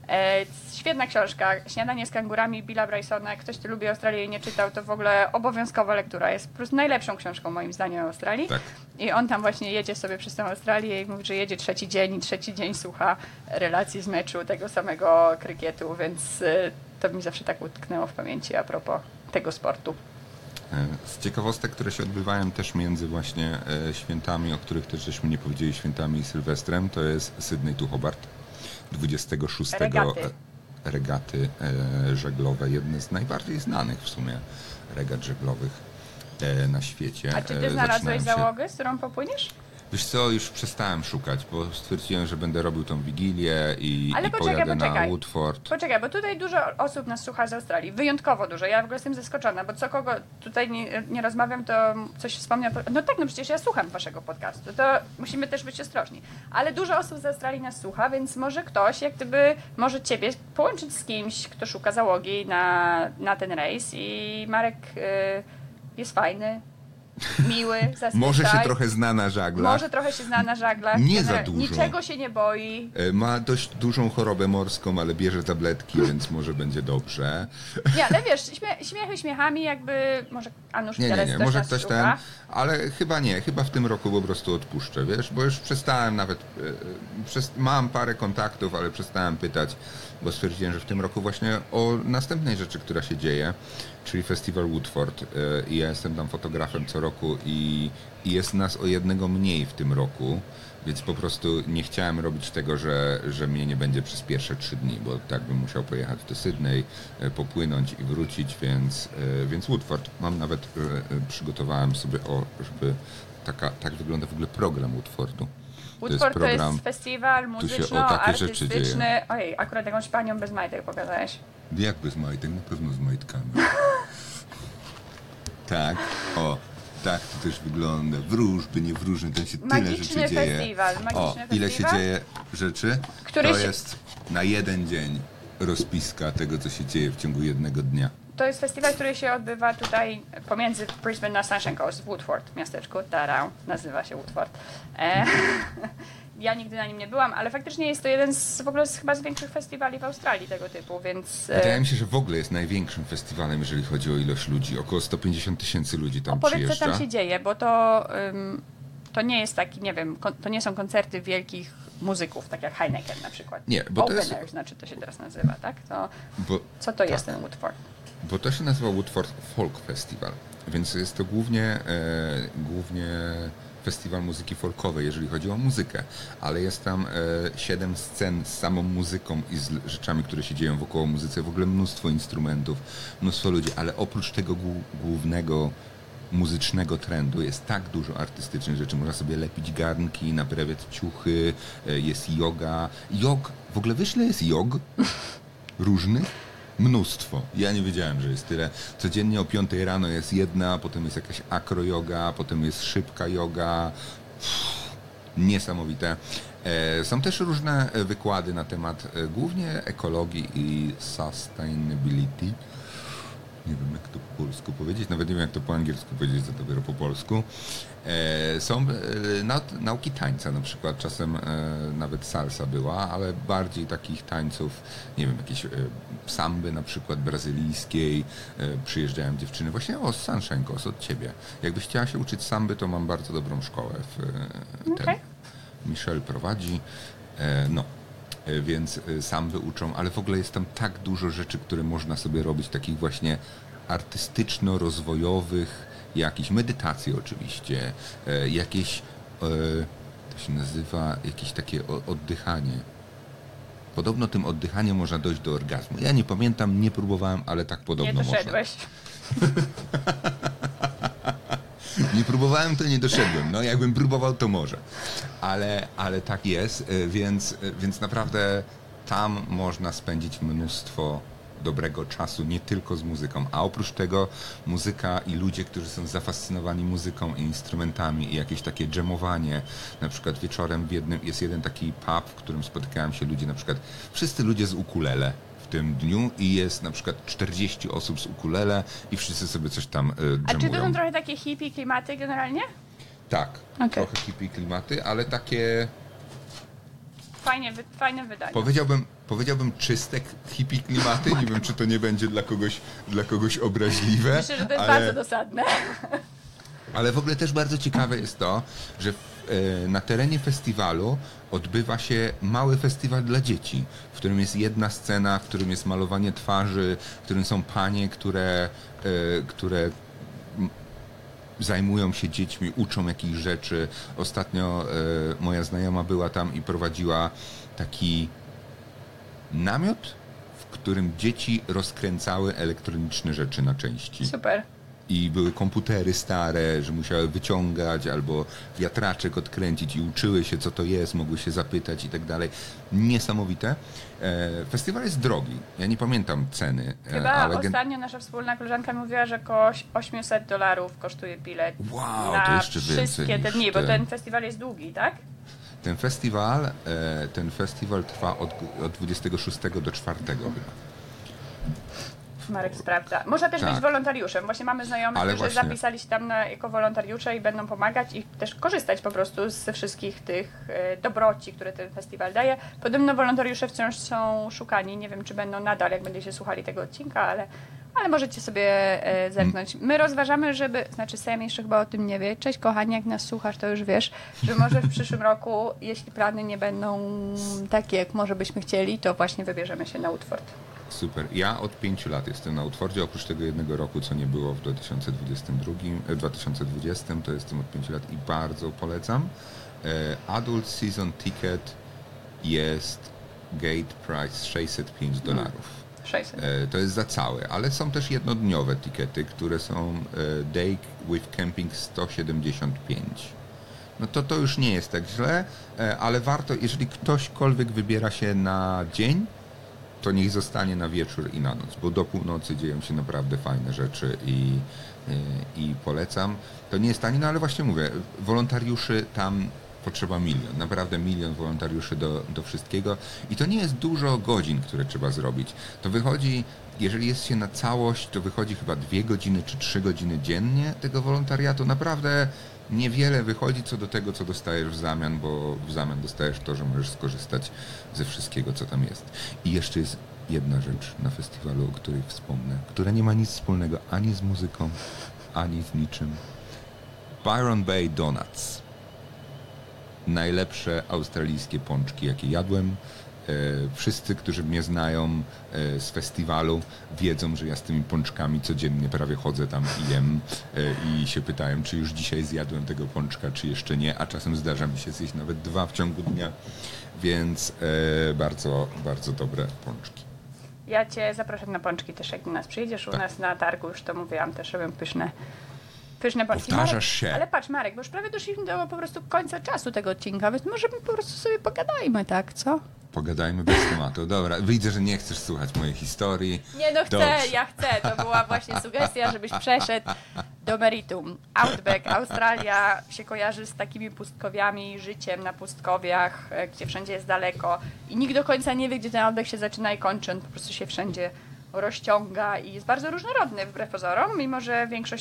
Speaker 2: Świetna książka, Śniadanie z kangurami Billa Brysona. Jak ktoś tu lubi Australię i nie czytał, to w ogóle obowiązkowa lektura. Jest po prostu najlepszą książką moim zdaniem o Australii.
Speaker 1: Tak.
Speaker 2: I on tam właśnie jedzie sobie przez tę Australię i mówi, że jedzie trzeci dzień i trzeci dzień słucha relacji z meczu tego samego krykietu, więc to mi zawsze tak utknęło w pamięci a propos tego sportu.
Speaker 1: Z ciekawostek, które się odbywają też między właśnie świętami, o których też żeśmy nie powiedzieli, świętami i Sylwestrem, to jest Sydney to Hobart. 26 regaty żeglowe, jedne z najbardziej znanych w sumie regat żeglowych na świecie.
Speaker 2: A czy ty znalazłeś załogę, z którą popłyniesz?
Speaker 1: Wiesz co, już przestałem szukać, bo stwierdziłem, że będę robił tą Wigilię i pojadę na Woodford.
Speaker 2: Poczekaj, bo tutaj dużo osób nas słucha z Australii, wyjątkowo dużo. Ja w ogóle jestem zaskoczona, bo co kogo tutaj nie rozmawiam, to coś wspomniał. No tak, no przecież ja słucham waszego podcastu, to musimy też być ostrożni. Ale dużo osób z Australii nas słucha, więc może ktoś, jak gdyby, może ciebie połączyć z kimś, kto szuka załogi na ten rejs i Marek jest fajny. Miły, zazwyczaj.
Speaker 1: Może się trochę zna na żaglach.
Speaker 2: Może trochę się zna na żaglach.
Speaker 1: Nie za dużo.
Speaker 2: Niczego się nie boi.
Speaker 1: Ma dość dużą chorobę morską, ale bierze tabletki, więc może będzie dobrze.
Speaker 2: Nie, ale wiesz, śmiechy śmiechami jakby, może Anusz
Speaker 1: Nie, może ktoś ten, ale chyba nie, chyba w tym roku po prostu odpuszczę, wiesz, bo już przestałem nawet, mam parę kontaktów, ale przestałem pytać, bo stwierdziłem, że w tym roku właśnie o następnej rzeczy, która się dzieje, czyli festiwal Woodford i ja jestem tam fotografem co roku i jest nas o jednego mniej w tym roku, więc po prostu nie chciałem robić tego, że mnie nie będzie przez pierwsze 3 dni, bo tak bym musiał pojechać do Sydney, popłynąć i wrócić, więc Woodford. Mam nawet, przygotowałem sobie, żeby tak wygląda w ogóle program Woodfordu.
Speaker 2: Woodford to jest festiwal muzyczno-artystyczny. Ojej, akurat jakąś panią bez majtek pokazałeś.
Speaker 1: Jak bez majtek? Na pewno z majtkami. Tak, tak to też wygląda. Wróżby, nie wróżby, tam się tyle rzeczy dzieje. Ile się dzieje rzeczy? To jest na jeden dzień rozpiska tego, co się dzieje w ciągu jednego dnia.
Speaker 2: To jest festiwal, który się odbywa tutaj pomiędzy Brisbane a Sunshine Coast w Woodford, miasteczku Tarau, nazywa się Woodford. Ja nigdy na nim nie byłam, ale faktycznie jest to jeden chyba z większych festiwali w Australii tego typu, więc...
Speaker 1: Wydaje mi się, że w ogóle jest największym festiwalem, jeżeli chodzi o ilość ludzi. Około 150 000 ludzi tam przyjeżdża.
Speaker 2: Opowiedz, co tam się dzieje, bo to nie jest taki, nie wiem, to nie są koncerty wielkich muzyków, tak jak Heineken na przykład.
Speaker 1: Nie, bo
Speaker 2: Open Air, znaczy to się teraz nazywa, tak? Co to jest ten Woodford?
Speaker 1: Bo to się nazywa Woodford Folk Festival, więc jest to głównie festiwal muzyki folkowej, jeżeli chodzi o muzykę, ale jest tam 7 scen z samą muzyką i z rzeczami, które się dzieją wokoło muzyce, w ogóle mnóstwo instrumentów, mnóstwo ludzi, ale oprócz tego głównego muzycznego trendu jest tak dużo artystycznych rzeczy. Można sobie lepić garnki, naprawiać ciuchy, jest yoga. W ogóle wiesz, ile jest jog? Różnych? Mnóstwo. Ja nie wiedziałem, że jest tyle. Codziennie o 5 rano jest jedna, potem jest jakaś acro-yoga, potem jest szybka yoga. Niesamowite. Są też różne wykłady na temat głównie ekologii i sustainability. Nie wiem, jak to po polsku powiedzieć, nawet nie wiem, jak to po angielsku powiedzieć, to dopiero po polsku. Są nauki tańca na przykład, czasem nawet salsa była, ale bardziej takich tańców, nie wiem, jakieś samby na przykład brazylijskiej. Przyjeżdżają dziewczyny właśnie z Sunshine Coast, od ciebie. Jakbyś chciała się uczyć samby, to mam bardzo dobrą szkołę. Michelle prowadzi. Więc samby uczą, ale w ogóle jest tam tak dużo rzeczy, które można sobie robić, takich właśnie artystyczno-rozwojowych, jakieś medytacje oczywiście, jakieś, to się nazywa jakieś takie oddychanie. Podobno tym oddychaniem można dojść do orgazmu. Ja nie pamiętam, nie próbowałem, ale tak podobno można.
Speaker 2: Nie doszedłeś.
Speaker 1: Nie próbowałem, to nie doszedłem. No, jakbym próbował, to może. Ale tak jest, więc naprawdę tam można spędzić mnóstwo dobrego czasu, nie tylko z muzyką. A oprócz tego muzyka i ludzie, którzy są zafascynowani muzyką i instrumentami i jakieś takie dżemowanie. Na przykład wieczorem jest jeden taki pub, w którym spotykają się ludzie, na przykład wszyscy ludzie z ukulele w tym dniu i jest na przykład 40 osób z ukulele i wszyscy sobie coś tam dżemują.
Speaker 2: A czy to są trochę takie hippie klimaty generalnie?
Speaker 1: Tak, trochę hippie klimaty, ale takie...
Speaker 2: Fajne wydanie.
Speaker 1: powiedziałbym czyste hippie klimaty. Nie wiem, czy to nie będzie dla kogoś obraźliwe.
Speaker 2: Myślę, że to jest bardzo dosadne.
Speaker 1: Ale w ogóle też bardzo ciekawe jest to, że na terenie festiwalu odbywa się mały festiwal dla dzieci, w którym jest jedna scena, w którym jest malowanie twarzy, w którym są panie, które zajmują się dziećmi, uczą jakichś rzeczy. Ostatnio moja znajoma była tam i prowadziła taki namiot, w którym dzieci rozkręcały elektroniczne rzeczy na części.
Speaker 2: Super.
Speaker 1: I były komputery stare, że musiały wyciągać albo wiatraczek odkręcić i uczyły się, co to jest, mogły się zapytać i tak dalej. Niesamowite. Festiwal jest drogi. Ja nie pamiętam ceny.
Speaker 2: Chyba ostatnio nasza wspólna koleżanka mówiła, że około $800 kosztuje bilet
Speaker 1: Wow,
Speaker 2: na
Speaker 1: to jeszcze
Speaker 2: wszystkie
Speaker 1: więcej
Speaker 2: te
Speaker 1: niż
Speaker 2: dni, bo ten festiwal jest długi, tak?
Speaker 1: Ten festiwal trwa od 26 do 4 chyba.
Speaker 2: Marek sprawdza. Można też być wolontariuszem. Właśnie mamy znajomych, którzy zapisali się tam jako wolontariusze i będą pomagać i też korzystać po prostu ze wszystkich tych dobroci, które ten festiwal daje. Podobno wolontariusze wciąż są szukani. Nie wiem, czy będą nadal, jak będziecie słuchali tego odcinka, ale możecie sobie zerknąć. My rozważamy, Sam jeszcze chyba o tym nie wie. Cześć kochani, jak nas słuchasz, to już wiesz, że może w przyszłym roku, jeśli plany nie będą takie, jak może byśmy chcieli, to właśnie wybierzemy się na Woodford.
Speaker 1: Super. Ja od 5 lat jestem na Woodfordzie, oprócz tego jednego roku, co nie było w 2020, to jestem od 5 lat i bardzo polecam. Adult Season Ticket jest gate price $605.
Speaker 2: 600.
Speaker 1: To jest za całe, ale są też jednodniowe tikety, które są day with camping 175. No to już nie jest tak źle, ale warto, jeżeli ktośkolwiek wybiera się na dzień, to niech zostanie na wieczór i na noc, bo do północy dzieją się naprawdę fajne rzeczy i polecam. To nie jest tanie, no ale właśnie mówię, wolontariuszy tam potrzeba naprawdę 1 milion wolontariuszy do wszystkiego i to nie jest dużo godzin, które trzeba zrobić. To wychodzi, jeżeli jest się na całość, to wychodzi chyba 2 godziny czy 3 godziny dziennie tego wolontariatu. Naprawdę niewiele wychodzi co do tego, co dostajesz w zamian, bo w zamian dostajesz to, że możesz skorzystać ze wszystkiego, co tam jest. I jeszcze jest jedna rzecz na festiwalu, o której wspomnę, która nie ma nic wspólnego ani z muzyką, ani z niczym. Byron Bay Donuts. Najlepsze australijskie pączki, jakie jadłem. Wszyscy, którzy mnie znają z festiwalu, wiedzą, że ja z tymi pączkami codziennie prawie chodzę tam i jem i się pytają, czy już dzisiaj zjadłem tego pączka, czy jeszcze nie, a czasem zdarza mi się zjeść nawet 2 w ciągu dnia, więc bardzo, bardzo dobre pączki.
Speaker 2: Ja Cię zapraszam na pączki też, jak do nas przyjedziesz. U nas na targu, już to mówiłam, też robią pyszne pączki.
Speaker 1: Powtarzasz się.
Speaker 2: Ale patrz Marek, bo już prawie doszliśmy do po prostu końca czasu tego odcinka, więc może my po prostu sobie pogadajmy, tak, co?
Speaker 1: Pogadajmy bez tematu. Dobra, widzę, że nie chcesz słuchać mojej historii.
Speaker 2: Nie no,
Speaker 1: Dobrze.
Speaker 2: ja chcę. To była właśnie sugestia, żebyś przeszedł do meritum. Outback, Australia się kojarzy z takimi pustkowiami, życiem na pustkowiach, gdzie wszędzie jest daleko i nikt do końca nie wie, gdzie ten outback się zaczyna i kończy. On po prostu się wszędzie rozciąga i jest bardzo różnorodny wbrew pozorom, mimo że większość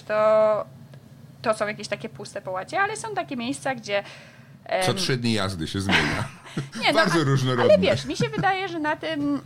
Speaker 2: to są jakieś takie puste połacie, ale są takie miejsca, gdzie
Speaker 1: Co 3 dni jazdy się zmienia.
Speaker 2: Nie,
Speaker 1: Bardzo różnorodne.
Speaker 2: Ale wiesz, mi się wydaje, że na tym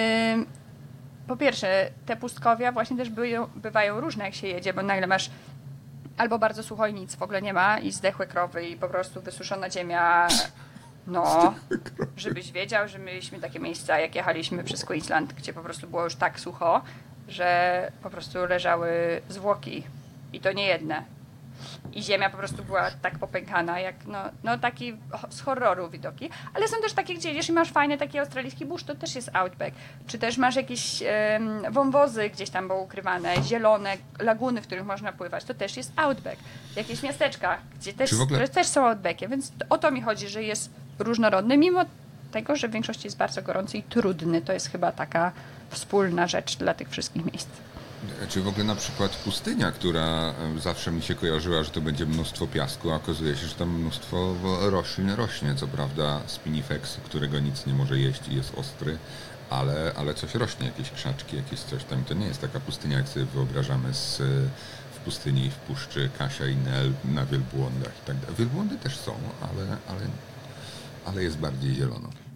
Speaker 2: po pierwsze te pustkowia właśnie też bywają różne, jak się jedzie, bo nagle masz albo bardzo sucho i nic w ogóle nie ma i zdechłe krowy i po prostu wysuszona ziemia. No, żebyś wiedział, że mieliśmy takie miejsca, jak jechaliśmy przez Queensland, gdzie po prostu było już tak sucho, że po prostu leżały zwłoki i to nie jedne. I ziemia po prostu była tak popękana, jak no taki z horroru widoki. Ale są też takie, gdzie jedziesz i masz fajny taki australijski burz, to też jest outback. Czy też masz jakieś wąwozy gdzieś tam było ukrywane, zielone laguny, w których można pływać, to też jest outback. Jakieś miasteczka, gdzie też, które też są outbackiem, więc o to mi chodzi, że jest różnorodny, mimo tego, że w większości jest bardzo gorący i trudny. To jest chyba taka wspólna rzecz dla tych wszystkich miejsc.
Speaker 1: Czy w ogóle na przykład pustynia, która zawsze mi się kojarzyła, że to będzie mnóstwo piasku, a okazuje się, że tam mnóstwo roślin rośnie. Co prawda spinifex, którego nic nie może jeść i jest ostry, ale coś rośnie, jakieś krzaczki, jakieś coś tam. To nie jest taka pustynia, jak sobie wyobrażamy w pustyni, w puszczy Kasia i Nel, na wielbłądach i tak dalej. Wielbłądy też są, ale jest bardziej zielono.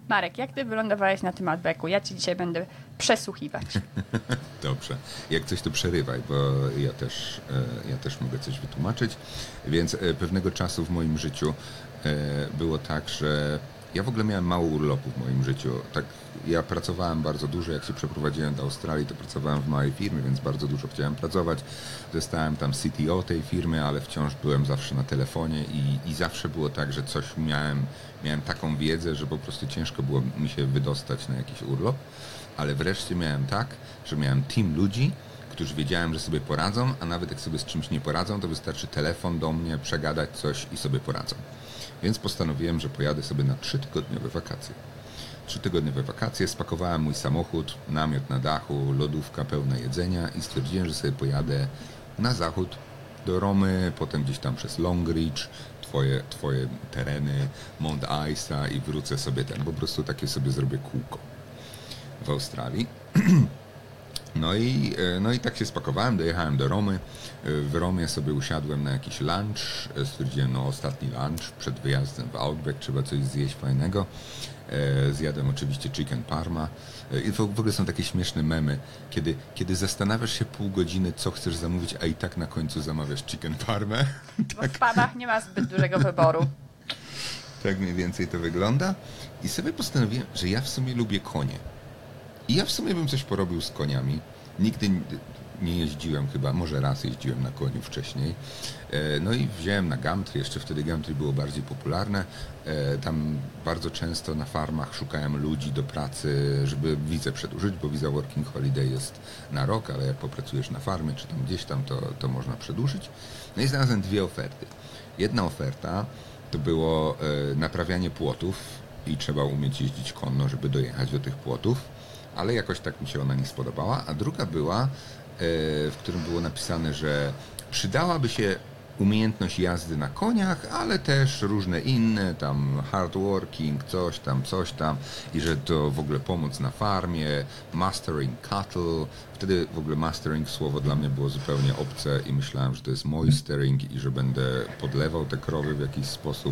Speaker 2: Marek, jak ty wylądowałeś na tym Outbacku? Ja ci dzisiaj będę przesłuchiwać.
Speaker 1: Dobrze. Jak coś to przerywaj, bo ja też mogę coś wytłumaczyć. Więc pewnego czasu w moim życiu było tak, że ja w ogóle miałem mało urlopu w moim życiu. Tak, ja pracowałem bardzo dużo. Jak się przeprowadziłem do Australii, to pracowałem w małej firmie, więc bardzo dużo chciałem pracować. Zostałem tam CTO tej firmy, ale wciąż byłem zawsze na telefonie i zawsze było tak, że coś miałem taką wiedzę, że po prostu ciężko było mi się wydostać na jakiś urlop. Ale wreszcie miałem tak, że miałem team ludzi, którzy wiedziałem, że sobie poradzą, a nawet jak sobie z czymś nie poradzą, to wystarczy telefon do mnie, przegadać coś i sobie poradzą. Więc postanowiłem, że pojadę sobie na 3-tygodniowe wakacje. 3-tygodniowe wakacje, spakowałem mój samochód, namiot na dachu, lodówka pełna jedzenia i stwierdziłem, że sobie pojadę na zachód do Romy, potem gdzieś tam przez Longreach, twoje tereny, Mount Isa i wrócę sobie po prostu takie sobie zrobię kółko w Australii. No i tak się spakowałem, dojechałem do Romy. W Romie sobie usiadłem na jakiś lunch. Stwierdziłem, ostatni lunch przed wyjazdem w Outback, trzeba coś zjeść fajnego. Zjadłem oczywiście chicken parma. I w ogóle są takie śmieszne memy, kiedy zastanawiasz się pół godziny, co chcesz zamówić, a i tak na końcu zamawiasz chicken parmę.
Speaker 2: Bo w pubach nie ma zbyt dużego wyboru.
Speaker 1: Tak mniej więcej to wygląda. I sobie postanowiłem, że ja w sumie lubię konie. I ja w sumie bym coś porobił z koniami. Nigdy nie jeździłem chyba, może raz jeździłem na koniu wcześniej. No i wziąłem na Gumtree, jeszcze wtedy Gumtree było bardziej popularne. Tam bardzo często na farmach szukałem ludzi do pracy, żeby wizę przedłużyć, bo wiza Working Holiday jest na rok, ale jak popracujesz na farmie czy tam gdzieś tam, to można przedłużyć. No i znalazłem 2 oferty. Jedna oferta to było naprawianie płotów i trzeba umieć jeździć konno, żeby dojechać do tych płotów. Ale jakoś tak mi się ona nie spodobała, a druga była, w którym było napisane, że przydałaby się umiejętność jazdy na koniach, ale też różne inne, tam hard working, coś tam i że to w ogóle pomoc na farmie, mastering cattle. Wtedy w ogóle mastering słowo dla mnie było zupełnie obce i myślałem, że to jest moistering i że będę podlewał te krowy w jakiś sposób.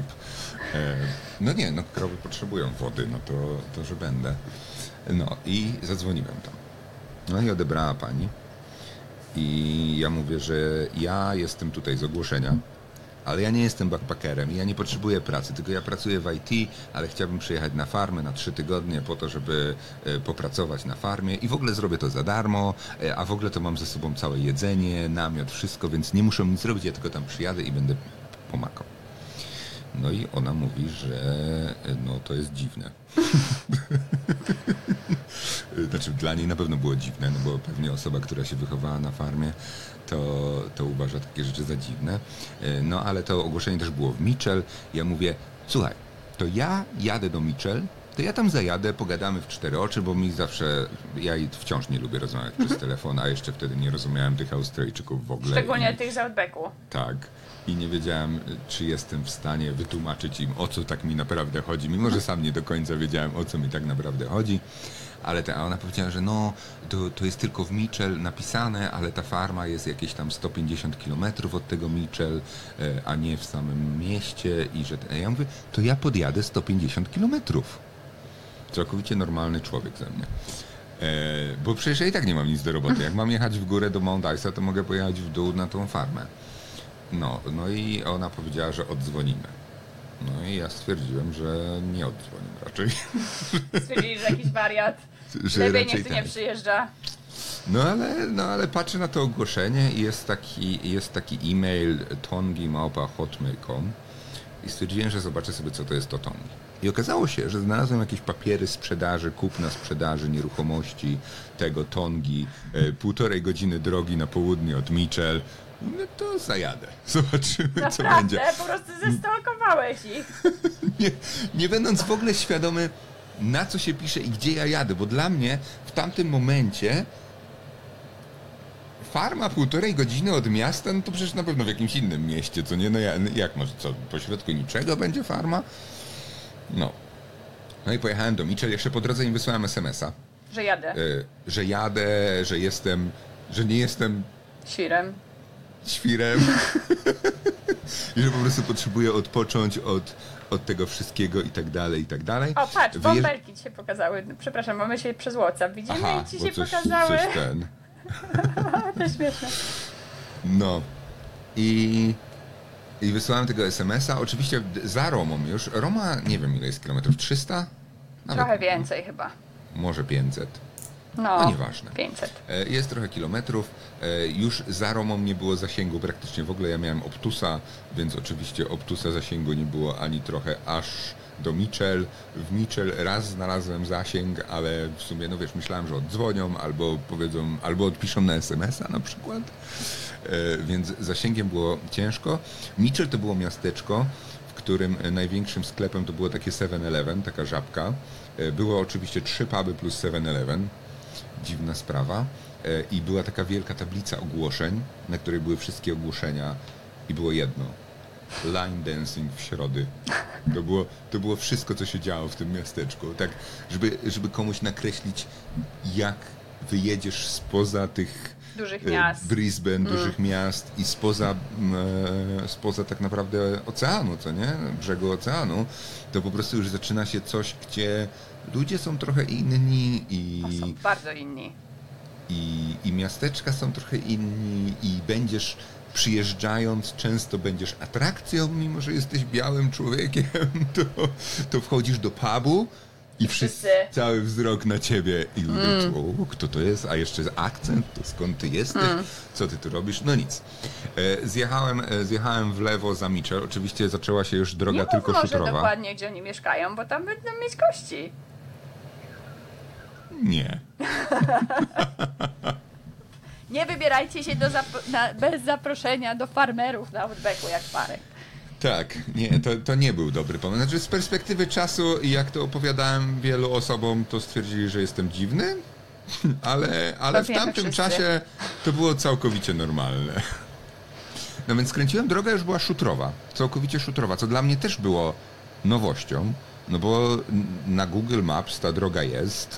Speaker 1: Krowy potrzebują wody, to że będę. No i zadzwoniłem tam. No i odebrała pani. I ja mówię, że ja jestem tutaj z ogłoszenia, ale ja nie jestem backpackerem i ja nie potrzebuję pracy, tylko ja pracuję w IT, ale chciałbym przyjechać na farmę na 3 tygodnie po to, żeby popracować na farmie i w ogóle zrobię to za darmo, a w ogóle to mam ze sobą całe jedzenie, namiot, wszystko, więc nie muszę nic robić, ja tylko tam przyjadę i będę pomagał. No i ona mówi, że to jest dziwne. Znaczy dla niej na pewno było dziwne, bo pewnie osoba, która się wychowała na farmie, to uważa takie rzeczy za dziwne. No ale to ogłoszenie też było w Mitchell. Ja mówię, słuchaj, to ja jadę do Mitchell, to ja tam zajadę, pogadamy w 4 oczy, bo ja wciąż nie lubię rozmawiać przez telefon, a jeszcze wtedy nie rozumiałem tych Australijczyków w ogóle.
Speaker 2: Szczególnie tych z Outbacku.
Speaker 1: Tak. I nie wiedziałem, czy jestem w stanie wytłumaczyć im, o co tak mi naprawdę chodzi, mimo że sam nie do końca wiedziałem, o co mi tak naprawdę chodzi. A ona powiedziała, że to jest tylko w Mitchell napisane, ale ta farma jest jakieś tam 150 km od tego Mitchell, a nie w samym mieście. Ja mówię, to ja podjadę 150 km. Całkowicie normalny człowiek ze mnie. Bo przecież ja i tak nie mam nic do roboty. Jak mam jechać w górę do Mount Isa, to mogę pojechać w dół na tą farmę. No i ona powiedziała, że odzwonimy. No i ja stwierdziłem, że nie odzwonimy raczej.
Speaker 2: Stwierdzili, że jakiś wariat.
Speaker 1: Że
Speaker 2: lepiej niech tu nie przyjeżdża.
Speaker 1: No ale patrzę na to ogłoszenie i jest taki e-mail tongi@hotmail.com i stwierdziłem, że zobaczę sobie, co to jest to Tongi. I okazało się, że znalazłem jakieś papiery sprzedaży, kupna sprzedaży nieruchomości tego Tongi, 1,5 godziny drogi na południe od Mitchell. No to zajadę. Zobaczymy,
Speaker 2: naprawdę?
Speaker 1: Co będzie.
Speaker 2: Po prostu zestalkowałeś ich.
Speaker 1: nie będąc w ogóle świadomy, na co się pisze i gdzie ja jadę, bo dla mnie w tamtym momencie farma 1,5 godziny od miasta, to przecież na pewno w jakimś innym mieście, co nie? Jak może, co, pośrodku niczego będzie farma? No i pojechałem do Mitchell, jeszcze po drodze im wysłałem SMS-a.
Speaker 2: Że jadę.
Speaker 1: Że jadę, że nie jestem
Speaker 2: Świrem.
Speaker 1: świrem. I że po prostu potrzebuję odpocząć od tego wszystkiego i tak dalej, i tak dalej.
Speaker 2: O, patrz, bąbelki ci się pokazały. Przepraszam, mamy się przez WhatsApp. Widzimy i ci się pokazały.
Speaker 1: Coś ten.
Speaker 2: To śmieszne.
Speaker 1: No. I wysłałem tego SMS-a. Oczywiście za Romą już. Roma, nie wiem ile jest kilometrów, 300? Nawet,
Speaker 2: Trochę więcej chyba.
Speaker 1: Może 500.
Speaker 2: No,
Speaker 1: nieważne.
Speaker 2: 500.
Speaker 1: Jest trochę kilometrów. Już za Romą nie było zasięgu praktycznie w ogóle. Ja miałem Optusa, więc oczywiście Optusa zasięgu nie było ani trochę aż do Mitchell. W Mitchell raz znalazłem zasięg, ale w sumie, no wiesz, myślałem, że oddzwonią albo powiedzą, albo odpiszą na SMS-a na przykład. Więc zasięgiem było ciężko. Mitchell to było miasteczko, w którym największym sklepem to było takie 7-Eleven, taka żabka. Było oczywiście 3 puby plus 7-Eleven. Dziwna sprawa. I była taka wielka tablica ogłoszeń, na której były wszystkie ogłoszenia i było jedno. Line dancing w środy. To było wszystko, co się działo w tym miasteczku. Tak, żeby komuś nakreślić, jak wyjedziesz spoza tych
Speaker 2: dużych miast.
Speaker 1: Brisbane, dużych miast i spoza tak naprawdę oceanu, co nie? Brzegu oceanu, to po prostu już zaczyna się coś, gdzie ludzie są trochę inni
Speaker 2: Są bardzo inni.
Speaker 1: I miasteczka są trochę inni i będziesz przyjeżdżając, często będziesz atrakcją, mimo że jesteś białym człowiekiem, to wchodzisz do pubu i wszyscy cały wzrok na ciebie i ludzie, kto to jest? A jeszcze akcent, to skąd ty jesteś? Co ty tu robisz? No nic. Zjechałem w lewo za Mitchell. Oczywiście zaczęła się już droga
Speaker 2: nie
Speaker 1: tylko
Speaker 2: szutrowa.
Speaker 1: szutrowa.
Speaker 2: Nie dokładnie, gdzie oni mieszkają, bo tam będą mieć kości.
Speaker 1: Nie.
Speaker 2: Nie wybierajcie się bez zaproszenia do farmerów na Outbacku jak parę.
Speaker 1: Tak, nie, to nie był dobry pomysł. Znaczy z perspektywy czasu i jak to opowiadałem wielu osobom, to stwierdzili, że jestem dziwny, ale w tamtym czasie to było całkowicie normalne. No więc skręciłem, droga już była szutrowa, całkowicie szutrowa, co dla mnie też było nowością, no bo na Google Maps ta droga jest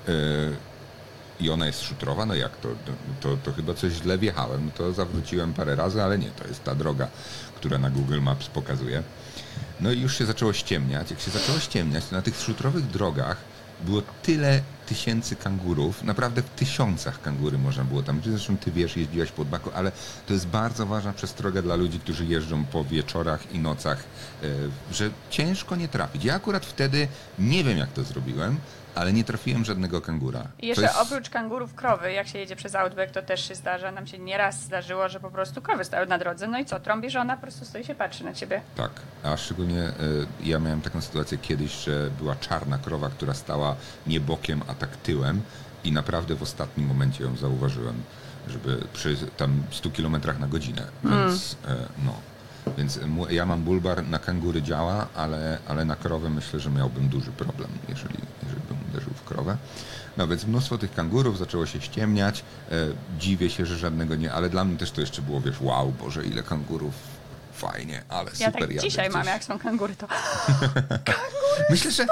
Speaker 1: i ona jest szutrowa, no jak to chyba coś źle wjechałem, no to zawróciłem parę razy, ale nie, to jest ta droga, która na Google Maps pokazuje. No i już się zaczęło ściemniać. Jak się zaczęło ściemniać, to na tych szutrowych drogach było tyle tysięcy kangurów, naprawdę w tysiącach kangury można było tam. Zresztą ty wiesz, jeździłaś po Outbacku, ale to jest bardzo ważna przestroga dla ludzi, którzy jeżdżą po wieczorach i nocach, że ciężko nie trafić. Ja akurat wtedy nie wiem, jak to zrobiłem, ale nie trafiłem żadnego kangura.
Speaker 2: I jeszcze oprócz kangurów krowy, jak się jedzie przez Outback, to też się zdarza. Nam się nieraz zdarzyło, że po prostu krowy stały na drodze. No i co, trąbisz, że ona po prostu stoi się patrzy na ciebie.
Speaker 1: Tak, a szczególnie ja miałem taką sytuację kiedyś, że była czarna krowa, która stała nie bokiem, a tak tyłem i naprawdę w ostatnim momencie ją zauważyłem, żeby przy tam 100 km na godzinę, więc no. Więc ja mam bulbar, na kangury działa, ale na krowę myślę, że miałbym duży problem, jeżeli bym uderzył w krowę. No więc mnóstwo tych kangurów, zaczęło się ściemniać, dziwię się, że żadnego nie, ale dla mnie też to jeszcze było, wiesz, wow, Boże, ile kangurów, fajnie, ale
Speaker 2: ja
Speaker 1: super.
Speaker 2: Tak dzisiaj mam, jak są kangury, to kangury,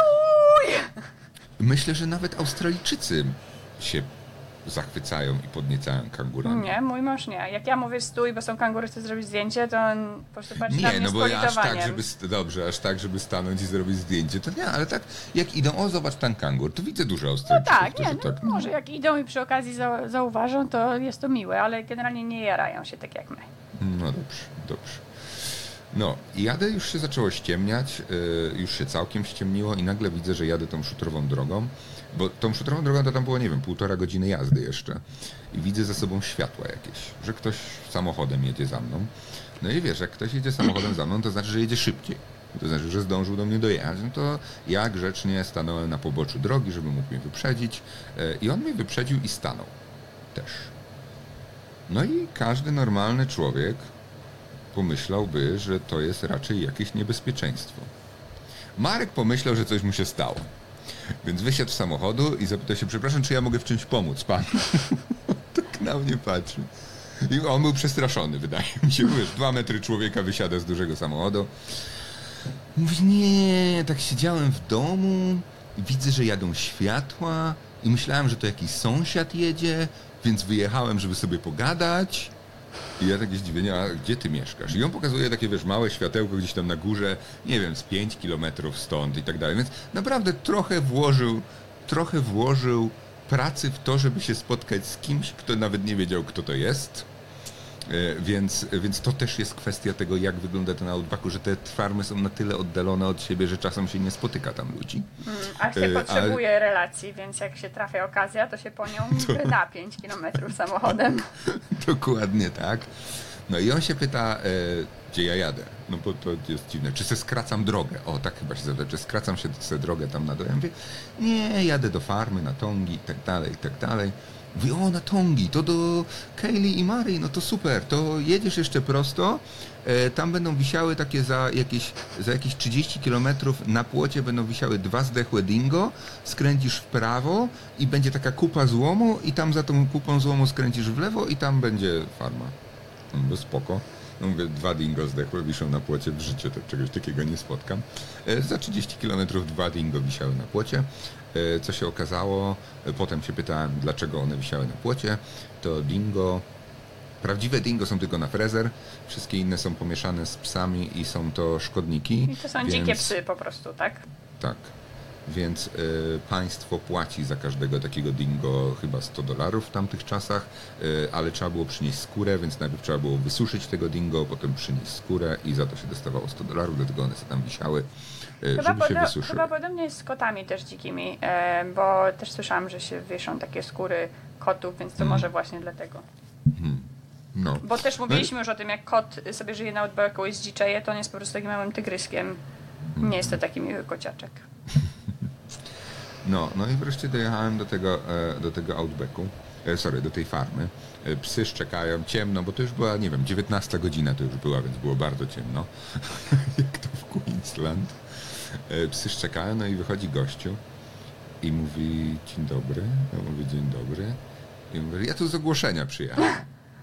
Speaker 1: myślę, że nawet Australijczycy się zachwycają i podniecają kangurami.
Speaker 2: Nie, mój mąż nie. Jak ja mówię stój, bo są kangury, chcę zrobić zdjęcie, to on po prostu patrzy na mnie
Speaker 1: no bo
Speaker 2: z
Speaker 1: aż tak, żeby stanąć i zrobić zdjęcie, to nie, ale tak jak idą, zobacz ten kangur, to widzę dużo Australijczyków.
Speaker 2: Może jak idą i przy okazji zauważą, to jest to miłe, ale generalnie nie jarają się tak jak my.
Speaker 1: No dobrze. No i jadę, już się zaczęło ściemniać, już się całkiem ściemniło i nagle widzę, że jadę tą szutrową drogą, bo tą szutrową drogą to tam było, nie wiem, 1,5 godziny jazdy jeszcze i widzę za sobą światła jakieś, że ktoś samochodem jedzie za mną. No i wiesz, jak ktoś jedzie samochodem za mną, to znaczy, że jedzie szybciej. To znaczy, że zdążył do mnie dojechać. No to ja grzecznie stanąłem na poboczu drogi, żeby mógł mnie wyprzedzić i on mnie wyprzedził i stanął też. No i każdy normalny człowiek pomyślałby, że to jest raczej jakieś niebezpieczeństwo. Marek pomyślał, że coś mu się stało. Więc wysiadł z samochodu i zapytał się, przepraszam, czy ja mogę w czymś pomóc panu? Tak na mnie patrzy. I on był przestraszony, wydaje mi się. Wiesz, 2 metry człowieka wysiada z dużego samochodu. Mówi, nie, tak siedziałem w domu i widzę, że jadą światła i myślałem, że to jakiś sąsiad jedzie, więc wyjechałem, żeby sobie pogadać. I ja takie zdziwienie, a gdzie ty mieszkasz? I on pokazuje takie, wiesz, małe światełko gdzieś tam na górze, nie wiem, z 5 kilometrów stąd i tak dalej. Więc naprawdę trochę włożył pracy w to, żeby się spotkać z kimś, kto nawet nie wiedział, kto to jest. Więc to też jest kwestia tego, jak wygląda ten Outbacku, że te farmy są na tyle oddalone od siebie, że czasem się nie spotyka tam ludzi.
Speaker 2: A się potrzebuje relacji, więc jak się trafia okazja, to się po nią na 5 kilometrów samochodem.
Speaker 1: Dokładnie tak. No i on się pyta, gdzie ja jadę. No bo to jest dziwne. Czy se skracam drogę? O, tak chyba się zada. Czy skracam się drogę tam na dole? Ja mówię, nie, jadę do farmy, na Tongi i tak dalej, i tak dalej. Mówi, o, na Tongi, to do Kaylee i Marii, no to super, to jedziesz jeszcze prosto, tam będą wisiały takie za jakieś 30 kilometrów na płocie będą wisiały 2 zdechłe dingo, skręcisz w prawo i będzie taka kupa złomu i tam za tą kupą złomu skręcisz w lewo i tam będzie farma. No spoko. No mówię, 2 dingo zdechłe wiszą na płocie, w życiu to czegoś takiego nie spotkam. Za 30 kilometrów 2 dingo wisiały na płocie. Co się okazało, potem się pytałem, dlaczego one wisiały na płocie. To dingo, prawdziwe dingo są tylko na frezer, wszystkie inne są pomieszane z psami i są to szkodniki.
Speaker 2: I to są dzikie psy po prostu, tak?
Speaker 1: Tak. Więc państwo płaci za każdego takiego dingo chyba $100 w tamtych czasach, ale trzeba było przynieść skórę, więc najpierw trzeba było wysuszyć tego dingo, potem przynieść skórę i za to się dostawało $100, dlatego one sobie tam wisiały, żeby się wysuszyły.
Speaker 2: Chyba podobnie jest z kotami też dzikimi, bo też słyszałam, że się wieszą takie skóry kotów, więc to może właśnie dlatego.
Speaker 1: No.
Speaker 2: Bo też mówiliśmy już o tym, jak kot sobie żyje na Outbacku i zdziczeje, to on jest po prostu takim małym tygryskiem. Nie jest to taki miły kociaczek.
Speaker 1: No i wreszcie dojechałem do tego Outbacku, do tej farmy. Psy szczekają, ciemno, bo to już była, nie wiem, 19 godzina to już była, więc było bardzo ciemno, jak to w Queensland. Psy szczekają, no i wychodzi gościu i mówi, dzień dobry. Ja mówię, dzień dobry. I mówię, ja tu z ogłoszenia przyjechałem.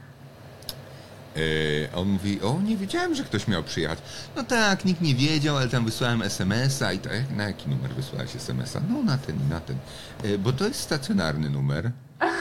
Speaker 1: On mówi, o, nie wiedziałem, że ktoś miał przyjechać. No tak, nikt nie wiedział, ale tam wysłałem SMS-a i to, na jaki numer wysłałeś SMS-a? No na ten i na ten. Bo to jest stacjonarny numer.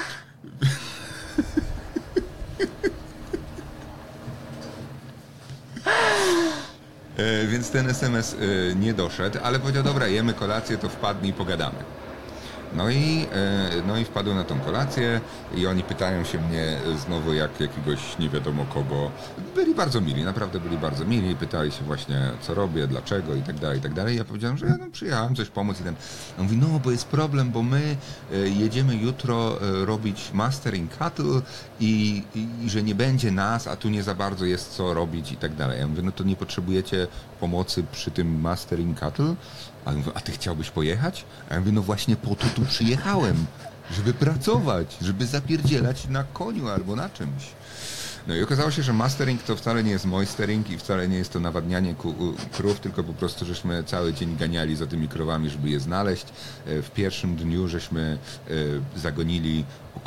Speaker 1: Więc ten SMS nie doszedł, ale powiedział, dobra, jemy kolację, to wpadnij i pogadamy. No i wpadłem na tą kolację i oni pytają się mnie znowu jak jakiegoś nie wiadomo kogo. Byli bardzo mili, naprawdę byli bardzo mili. Pytali się właśnie co robię, dlaczego i tak dalej, i tak dalej. Ja powiedziałem, że ja przyjechałem coś pomóc i ten. On mówi, no bo jest problem, bo my jedziemy jutro robić mastering cattle i że nie będzie nas, a tu nie za bardzo jest co robić i tak dalej. Ja mówię, no to nie potrzebujecie pomocy przy tym mastering cattle? A on mówi, a ty chciałbyś pojechać? A ja mówię, no właśnie po to tu przyjechałem, żeby pracować, żeby zapierdzielać na koniu albo na czymś. No i okazało się, że mastering to wcale nie jest moistering i wcale nie jest to nawadnianie krów, tylko po prostu żeśmy cały dzień ganiali za tymi krowami, żeby je znaleźć. W pierwszym dniu żeśmy zagonili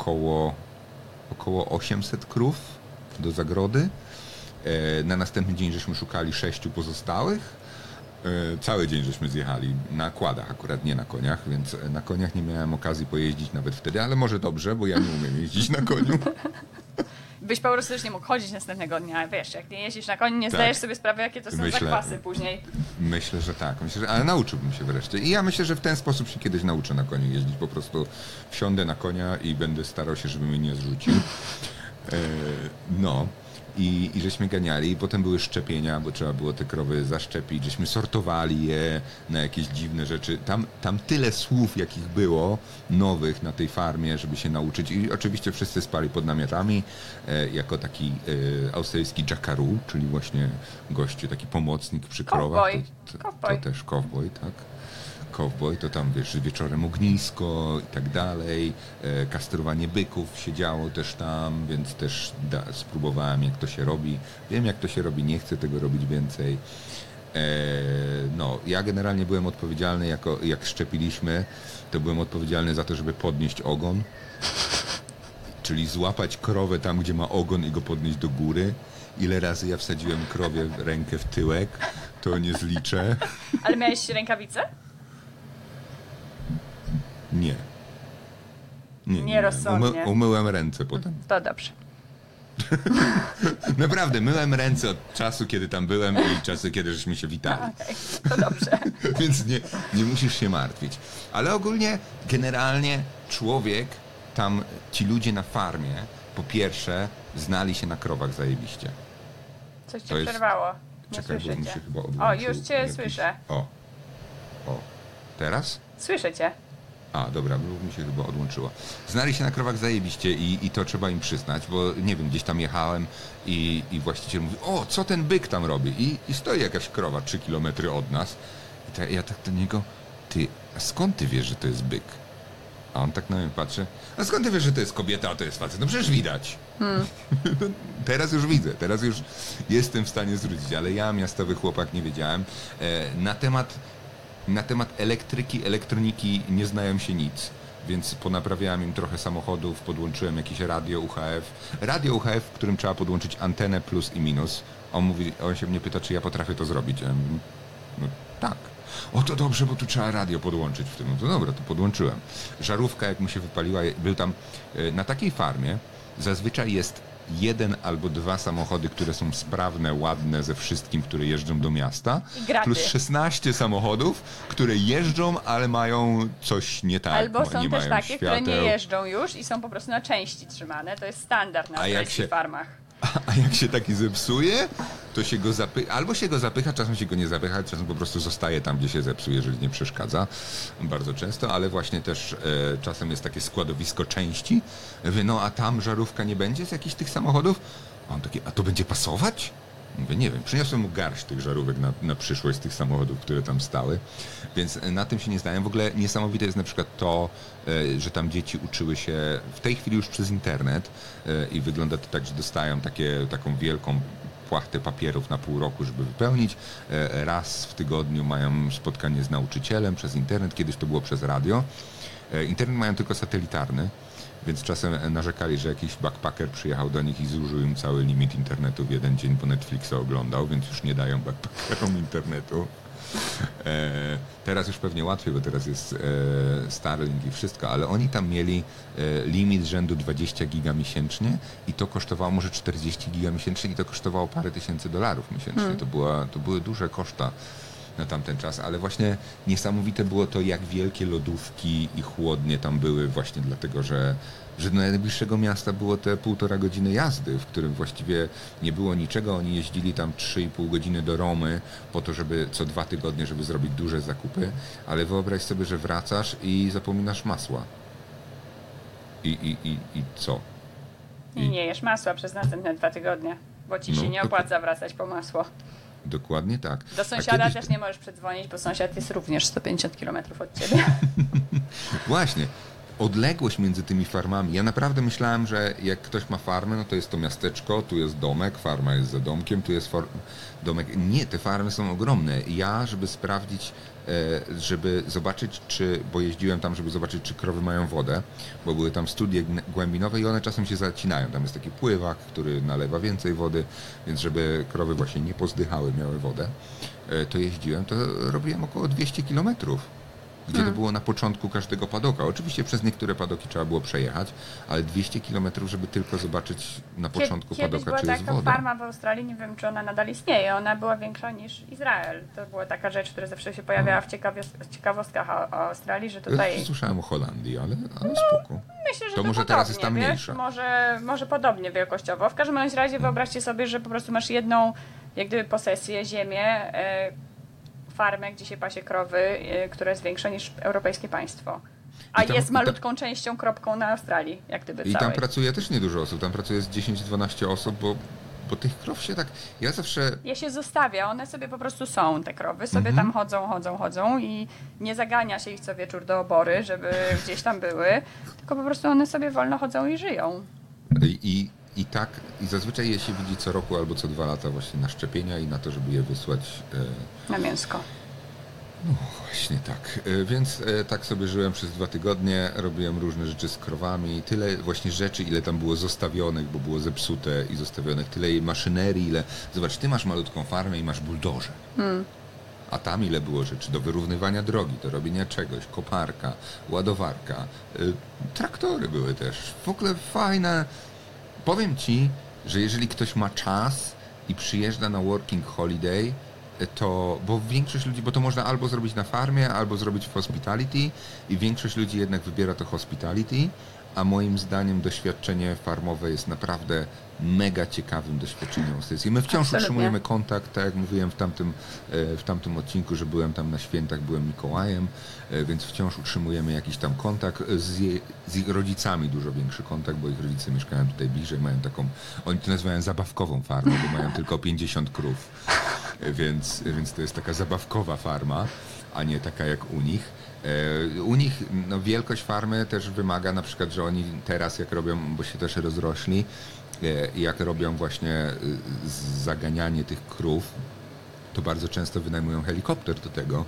Speaker 1: około 800 krów do zagrody. Na następny dzień żeśmy szukali 6 pozostałych. Cały dzień żeśmy zjechali na kładach, akurat nie na koniach, więc na koniach nie miałem okazji pojeździć nawet wtedy, ale może dobrze, bo ja nie umiem jeździć na koniu.
Speaker 2: Byś po prostu już nie mógł chodzić następnego dnia, wiesz, jak nie jeździsz na koniu, nie zdajesz sobie sprawy, jakie to są zakwasy później.
Speaker 1: Myślę, że tak, ale nauczyłbym się wreszcie i ja myślę, że w ten sposób się kiedyś nauczę na koniu jeździć, po prostu wsiądę na konia i będę starał się, żeby mnie nie zrzucił. I żeśmy ganiali i potem były szczepienia, bo trzeba było te krowy zaszczepić, żeśmy sortowali je na jakieś dziwne rzeczy. Tam tyle słów, jakich było nowych na tej farmie, żeby się nauczyć i oczywiście wszyscy spali pod namiotami jako taki australijski jackaroo, czyli właśnie gościu, taki pomocnik przy krowach. To też cowboy, tak. Cowboy, to tam wiesz, wieczorem ognisko i tak dalej, kastrowanie byków się działo też tam, więc też spróbowałem jak to się robi, wiem jak to się robi, nie chcę tego robić więcej. Ja generalnie byłem odpowiedzialny, jak szczepiliśmy, to byłem odpowiedzialny za to, żeby podnieść ogon, czyli złapać krowę tam, gdzie ma ogon i go podnieść do góry. Ile razy ja wsadziłem krowie rękę w tyłek, to nie zliczę.
Speaker 2: Ale miałeś rękawice?
Speaker 1: Nie.
Speaker 2: Nierozsądnie.
Speaker 1: Umyłem ręce potem.
Speaker 2: To dobrze.
Speaker 1: Naprawdę, myłem ręce od czasu, kiedy tam byłem i czasu, kiedy żeśmy się witali.
Speaker 2: Okej, to dobrze.
Speaker 1: Więc nie musisz się martwić. Ale ogólnie, generalnie człowiek, tam ci ludzie na farmie, po pierwsze, znali się na krowach zajebiście.
Speaker 2: Coś cię
Speaker 1: To jest-
Speaker 2: przerwało. Nie
Speaker 1: Czekaj, bo
Speaker 2: słyszę
Speaker 1: mi się
Speaker 2: cię.
Speaker 1: chyba odłączył.
Speaker 2: O, już cię
Speaker 1: jakiś-
Speaker 2: słyszę.
Speaker 1: O. Teraz?
Speaker 2: Słyszę cię.
Speaker 1: A, dobra, bo mi się chyba odłączyło. Znali się na krowach zajebiście i to trzeba im przyznać, bo nie wiem, gdzieś tam jechałem i właściciel mówi, o, co ten byk tam robi? I stoi jakaś krowa 3 kilometry od nas. I ja tak do niego, ty, a skąd ty wiesz, że to jest byk? A on tak na mnie patrzy, a skąd ty wiesz, że to jest kobieta, a to jest facet? No przecież widać. Teraz już widzę, teraz już jestem w stanie zwrócić, ale ja, miastowy chłopak, nie wiedziałem. Na temat elektryki, elektroniki nie znają się nic, więc ponaprawiałem im trochę samochodów, podłączyłem jakieś radio UHF. Radio UHF, w którym trzeba podłączyć antenę plus i minus. On się mnie pyta, czy ja potrafię to zrobić. Ja mówię, no tak. O, to dobrze, bo tu trzeba radio podłączyć w tym. No to dobra, to podłączyłem. Żarówka, jak mu się wypaliła, był tam na takiej farmie zazwyczaj jest 1 albo 2 samochody, które są sprawne, ładne ze wszystkim, które jeżdżą do miasta,
Speaker 2: I graty.
Speaker 1: plus 16 samochodów, które jeżdżą, ale mają coś nie tak.
Speaker 2: Albo są
Speaker 1: nie
Speaker 2: też
Speaker 1: mają
Speaker 2: takie, które nie
Speaker 1: świateł.
Speaker 2: jeżdżą już i są po prostu na części trzymane. To jest standard na
Speaker 1: A jak
Speaker 2: australijskich
Speaker 1: się-
Speaker 2: farmach.
Speaker 1: A jak się taki zepsuje, to się go zapycha, albo się go zapycha, czasem się go nie zapycha, czasem po prostu zostaje tam, gdzie się zepsuje, jeżeli nie przeszkadza. Bardzo często, ale właśnie też czasem jest takie składowisko części. Mówię, no a tam żarówka nie będzie z jakichś tych samochodów? A on taki, a to będzie pasować? Mówię, nie wiem, przyniosłem mu garść tych żarówek na przyszłość z tych samochodów, które tam stały, więc na tym się nie zdałem. W ogóle niesamowite jest na przykład to, że tam dzieci uczyły się w tej chwili już przez internet i wygląda to tak, że dostają taką wielką płachtę papierów na pół roku, żeby wypełnić. Raz w tygodniu mają spotkanie z nauczycielem przez internet, kiedyś to było przez radio. Internet mają tylko satelitarny, więc czasem narzekali, że jakiś backpacker przyjechał do nich i zużył im cały limit internetu w jeden dzień, bo Netflixa oglądał, więc już nie dają backpackerom internetu. Teraz już pewnie łatwiej, bo teraz jest Starlink i wszystko, ale oni tam mieli limit rzędu 20 giga miesięcznie i to kosztowało może 40 giga miesięcznie i to kosztowało parę tysięcy dolarów miesięcznie. To były duże koszta na tamten czas, ale właśnie niesamowite było to, jak wielkie lodówki i chłodnie tam były właśnie dlatego, że do najbliższego miasta było te 1,5 godziny jazdy, w którym właściwie nie było niczego. Oni jeździli tam 3,5 godziny do Romy po to, żeby co 2 tygodnie, żeby zrobić duże zakupy, ale wyobraź sobie, że wracasz i zapominasz masła. I co?
Speaker 2: I nie jesz masła przez następne 2 tygodnie, bo ci się
Speaker 1: No,
Speaker 2: nie
Speaker 1: to-
Speaker 2: opłaca wracać po masło.
Speaker 1: Dokładnie tak.
Speaker 2: Do
Speaker 1: A
Speaker 2: sąsiada
Speaker 1: kiedyś-
Speaker 2: też nie możesz przedzwonić, bo sąsiad jest również 150 km od ciebie.
Speaker 1: Właśnie. Odległość między tymi farmami. Ja naprawdę myślałem, że jak ktoś ma farmę, no to jest to miasteczko, tu jest domek, farma jest za domkiem, tu jest domek. Nie, te farmy są ogromne. Ja, żeby sprawdzić, żeby zobaczyć, bo jeździłem tam, żeby zobaczyć, czy krowy mają wodę, bo były tam studnie głębinowe i one czasem się zacinają. Tam jest taki pływak, który nalewa więcej wody, więc żeby krowy właśnie nie pozdychały, miały wodę, to jeździłem, to robiłem około 200 kilometrów. Gdzie to było na początku każdego padoka. Oczywiście przez niektóre padoki trzeba było przejechać, ale 200 kilometrów, żeby tylko zobaczyć na początku
Speaker 2: Kiedyś
Speaker 1: padoka,
Speaker 2: była
Speaker 1: czy jest
Speaker 2: taka
Speaker 1: woda.
Speaker 2: farma w Australii, nie wiem, czy ona nadal istnieje. Ona była większa niż Izrael. To była taka rzecz, która zawsze się pojawiała w ciekawostkach o Australii, że tutaj...
Speaker 1: Słyszałem o Holandii, ale spoko.
Speaker 2: Myślę, że
Speaker 1: To może
Speaker 2: podobnie,
Speaker 1: teraz jest tam
Speaker 2: wiesz?
Speaker 1: mniejsza.
Speaker 2: Może podobnie wielkościowo. W każdym bądź razie wyobraźcie sobie, że po prostu masz jedną, jak gdyby posesję, ziemię, farmę, gdzie się pasie krowy, która jest większa niż europejskie państwo. A
Speaker 1: I tam-
Speaker 2: jest malutką częścią, kropką na Australii, jak gdyby
Speaker 1: I tam
Speaker 2: całej.
Speaker 1: pracuje też niedużo osób. Tam pracuje z 10-12 osób, bo tych krow się tak... Ja zawsze...
Speaker 2: Je się zostawia, one sobie po prostu są, te krowy, sobie tam chodzą i nie zagania się ich co wieczór do obory, żeby gdzieś tam były, tylko po prostu one sobie wolno chodzą i żyją.
Speaker 1: I tak, i zazwyczaj je się widzi co roku albo co 2 lata właśnie na szczepienia i na to, żeby je wysłać...
Speaker 2: Na mięsko.
Speaker 1: No właśnie tak. Więc tak sobie żyłem przez 2 tygodnie, robiłem różne rzeczy z krowami, tyle właśnie rzeczy, ile tam było zostawionych, bo było zepsute i zostawionych, tyle maszynerii, ile... Zobacz, ty masz malutką farmę i masz buldożer. A tam ile było rzeczy do wyrównywania drogi, do robienia czegoś, koparka, ładowarka, traktory były też. W ogóle fajne. Powiem ci, że jeżeli ktoś ma czas i przyjeżdża na working holiday, bo większość ludzi, bo to można albo zrobić na farmie, albo zrobić w hospitality i większość ludzi jednak wybiera to hospitality, a moim zdaniem doświadczenie farmowe jest naprawdę mega ciekawym doświadczeniem sesji. My wciąż utrzymujemy kontakt, tak jak mówiłem w tamtym odcinku, że byłem tam na świętach, byłem Mikołajem, więc wciąż utrzymujemy jakiś tam kontakt z ich rodzicami, dużo większy kontakt, bo ich rodzice mieszkają tutaj bliżej, mają taką, oni to nazywają zabawkową farmę, bo mają tylko 50 krów, więc to jest taka zabawkowa farma, a nie taka jak u nich. U nich wielkość farmy też wymaga na przykład, że oni teraz jak robią, bo się też rozrośli, jak robią właśnie zaganianie tych krów, to bardzo często wynajmują helikopter do tego,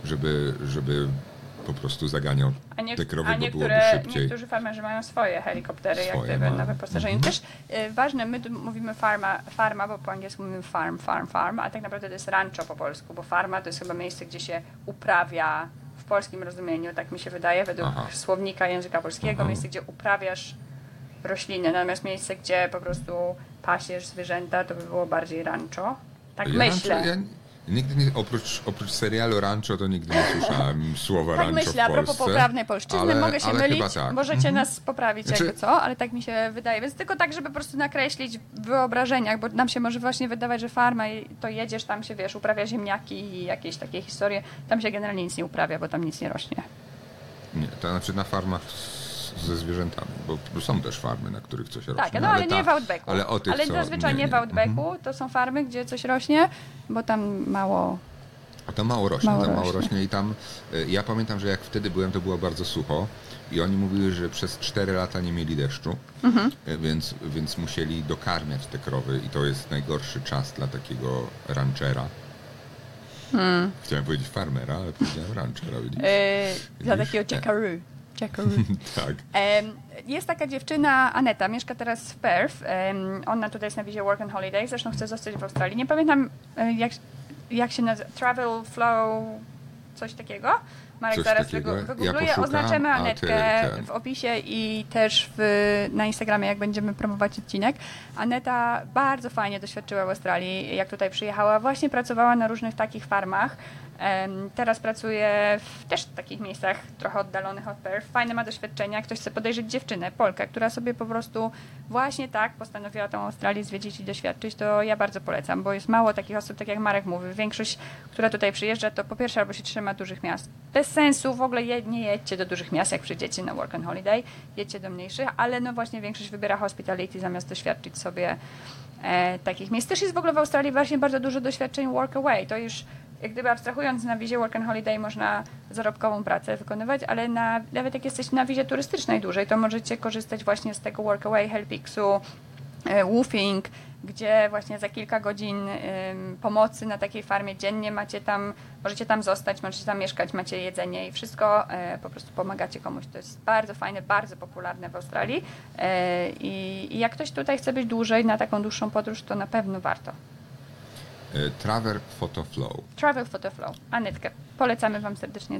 Speaker 1: żeby po prostu zaganiał te krowy, bo byłoby szybciej.
Speaker 2: Niektórzy farmerzy mają swoje helikoptery na wyposażeniu. Też ważne, my tu mówimy farma, bo po angielsku mówimy farm, a tak naprawdę to jest rancho po polsku, bo farma to jest chyba miejsce, gdzie się uprawia w polskim rozumieniu, tak mi się wydaje, według słownika języka polskiego, miejsce, gdzie uprawiasz rośliny, natomiast miejsce, gdzie po prostu pasiesz zwierzęta, to by było bardziej rancho. Tak myślę.
Speaker 1: Nigdy nie, oprócz serialu Rancho, to nigdy nie słyszałem słowa
Speaker 2: tak
Speaker 1: Rancho
Speaker 2: myślę,
Speaker 1: w Polsce.
Speaker 2: a propos poprawnej polszczyzny, mogę się mylić,
Speaker 1: tak.
Speaker 2: Możecie nas poprawić jakby co, ale tak mi się wydaje. Więc tylko tak, żeby po prostu nakreślić w wyobrażeniach, bo nam się może właśnie wydawać, że farma, to jedziesz, tam się, wiesz, uprawia ziemniaki i jakieś takie historie. Tam się generalnie nic nie uprawia, bo tam nic nie rośnie.
Speaker 1: Nie, to znaczy na farmach ze zwierzętami, bo są też farmy, na których coś rośnie.
Speaker 2: Tak, ale nie w Outbacku.
Speaker 1: Ale
Speaker 2: zazwyczaj nie w Outbacku, to są farmy, gdzie coś rośnie, bo tam mało...
Speaker 1: A tam mało rośnie i tam, ja pamiętam, że jak wtedy byłem, to było bardzo sucho i oni mówili, że przez 4 lata nie mieli deszczu, więc musieli dokarmiać te krowy i to jest najgorszy czas dla takiego ranchera. Chciałem powiedzieć farmera, ale powiedziałem ranchera.
Speaker 2: Dla takiego jackaroo.
Speaker 1: Tak.
Speaker 2: Jest taka dziewczyna, Aneta, mieszka teraz w Perth. Ona tutaj jest na wizie Work and Holiday, zresztą chce zostać w Australii. Nie pamiętam, jak się nazywa, Travel Flow, coś takiego. Marek
Speaker 1: coś
Speaker 2: zaraz wygoogluje.
Speaker 1: Ja
Speaker 2: oznaczymy Anetkę w opisie i też na Instagramie, jak będziemy promować odcinek. Aneta bardzo fajnie doświadczyła w Australii, jak tutaj przyjechała. Właśnie pracowała na różnych takich farmach. Teraz pracuje też w takich miejscach trochę oddalonych od Perth. Fajne ma doświadczenia. Ktoś chce podejrzeć dziewczynę, Polkę, która sobie po prostu właśnie tak postanowiła tą Australię zwiedzić i doświadczyć, to ja bardzo polecam, bo jest mało takich osób, tak jak Marek mówi. Większość, która tutaj przyjeżdża, to po pierwsze albo się trzyma dużych miast. Bez sensu, w ogóle nie jedźcie do dużych miast, jak przyjdziecie na Work and Holiday, jedźcie do mniejszych, ale no właśnie większość wybiera hospitality zamiast doświadczyć sobie takich miejsc. Też jest w ogóle w Australii właśnie bardzo dużo doświadczeń work away. To już jak gdyby abstrahując, na wizie Work and Holiday można zarobkową pracę wykonywać, ale nawet jak jesteście na wizie turystycznej dłużej, to możecie korzystać właśnie z tego Workaway, Helpixu, Woofing, gdzie właśnie za kilka godzin pomocy na takiej farmie dziennie możecie tam zostać, możecie tam mieszkać, macie jedzenie i wszystko, po prostu pomagacie komuś. To jest bardzo fajne, bardzo popularne w Australii i jak ktoś tutaj chce być dłużej, na taką dłuższą podróż, to na pewno warto.
Speaker 1: Travel Photo Flow.
Speaker 2: Anetkę. Polecamy Wam serdecznie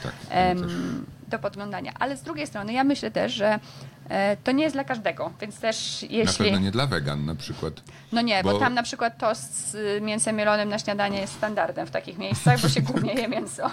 Speaker 2: do podglądania. Ale z drugiej strony ja myślę też, że to nie jest dla każdego, więc też jeśli...
Speaker 1: Na pewno nie dla wegan na przykład.
Speaker 2: No nie, bo tam na przykład tost z mięsem mielonym na śniadanie jest standardem w takich miejscach, bo się głównie je mięso.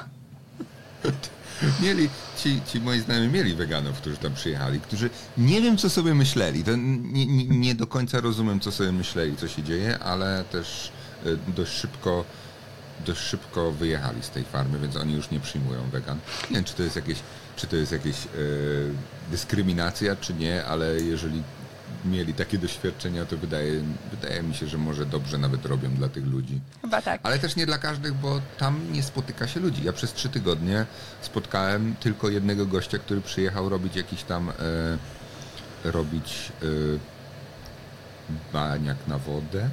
Speaker 1: Ci moi znajomi mieli weganów, którzy tam przyjechali, którzy nie wiem, co sobie myśleli. To nie do końca rozumiem, co sobie myśleli, co się dzieje, ale też dość szybko wyjechali z tej farmy, więc oni już nie przyjmują wegan. Nie wiem, czy to jest jakieś dyskryminacja, czy nie, ale jeżeli mieli takie doświadczenia, to wydaje mi się, że może dobrze nawet robią dla tych ludzi.
Speaker 2: Chyba tak.
Speaker 1: Ale też nie dla każdych, bo tam nie spotyka się ludzi. Ja przez 3 tygodnie spotkałem tylko jednego gościa, który przyjechał robić jakiś tam baniak na wodę.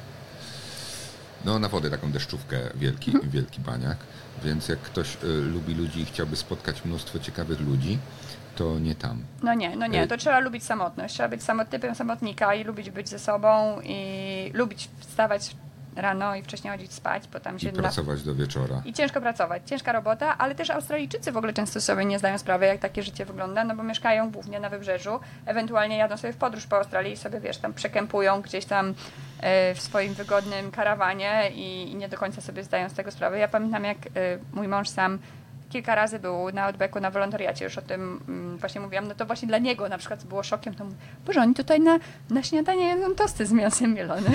Speaker 1: No na wodę, taką deszczówkę, wielki baniak. Więc jak ktoś lubi ludzi i chciałby spotkać mnóstwo ciekawych ludzi, to nie tam.
Speaker 2: No nie, to trzeba lubić samotność. Trzeba być typem samotnika i lubić być ze sobą i lubić wstawać rano i wcześniej chodzić spać, bo tam się...
Speaker 1: I pracować do wieczora.
Speaker 2: I ciężko pracować, ciężka robota, ale też Australijczycy w ogóle często sobie nie zdają sprawy, jak takie życie wygląda, no bo mieszkają głównie na wybrzeżu, ewentualnie jadą sobie w podróż po Australii i sobie, wiesz, tam przekempują gdzieś tam w swoim wygodnym karawanie i nie do końca sobie zdają z tego sprawę. Ja pamiętam, jak mój mąż sam kilka razy był na Outbacku na wolontariacie, już o tym właśnie mówiłam, no to właśnie dla niego na przykład było szokiem, to mówi, Boże, oni tutaj na śniadanie jedzą tosty z mięsem mielonym.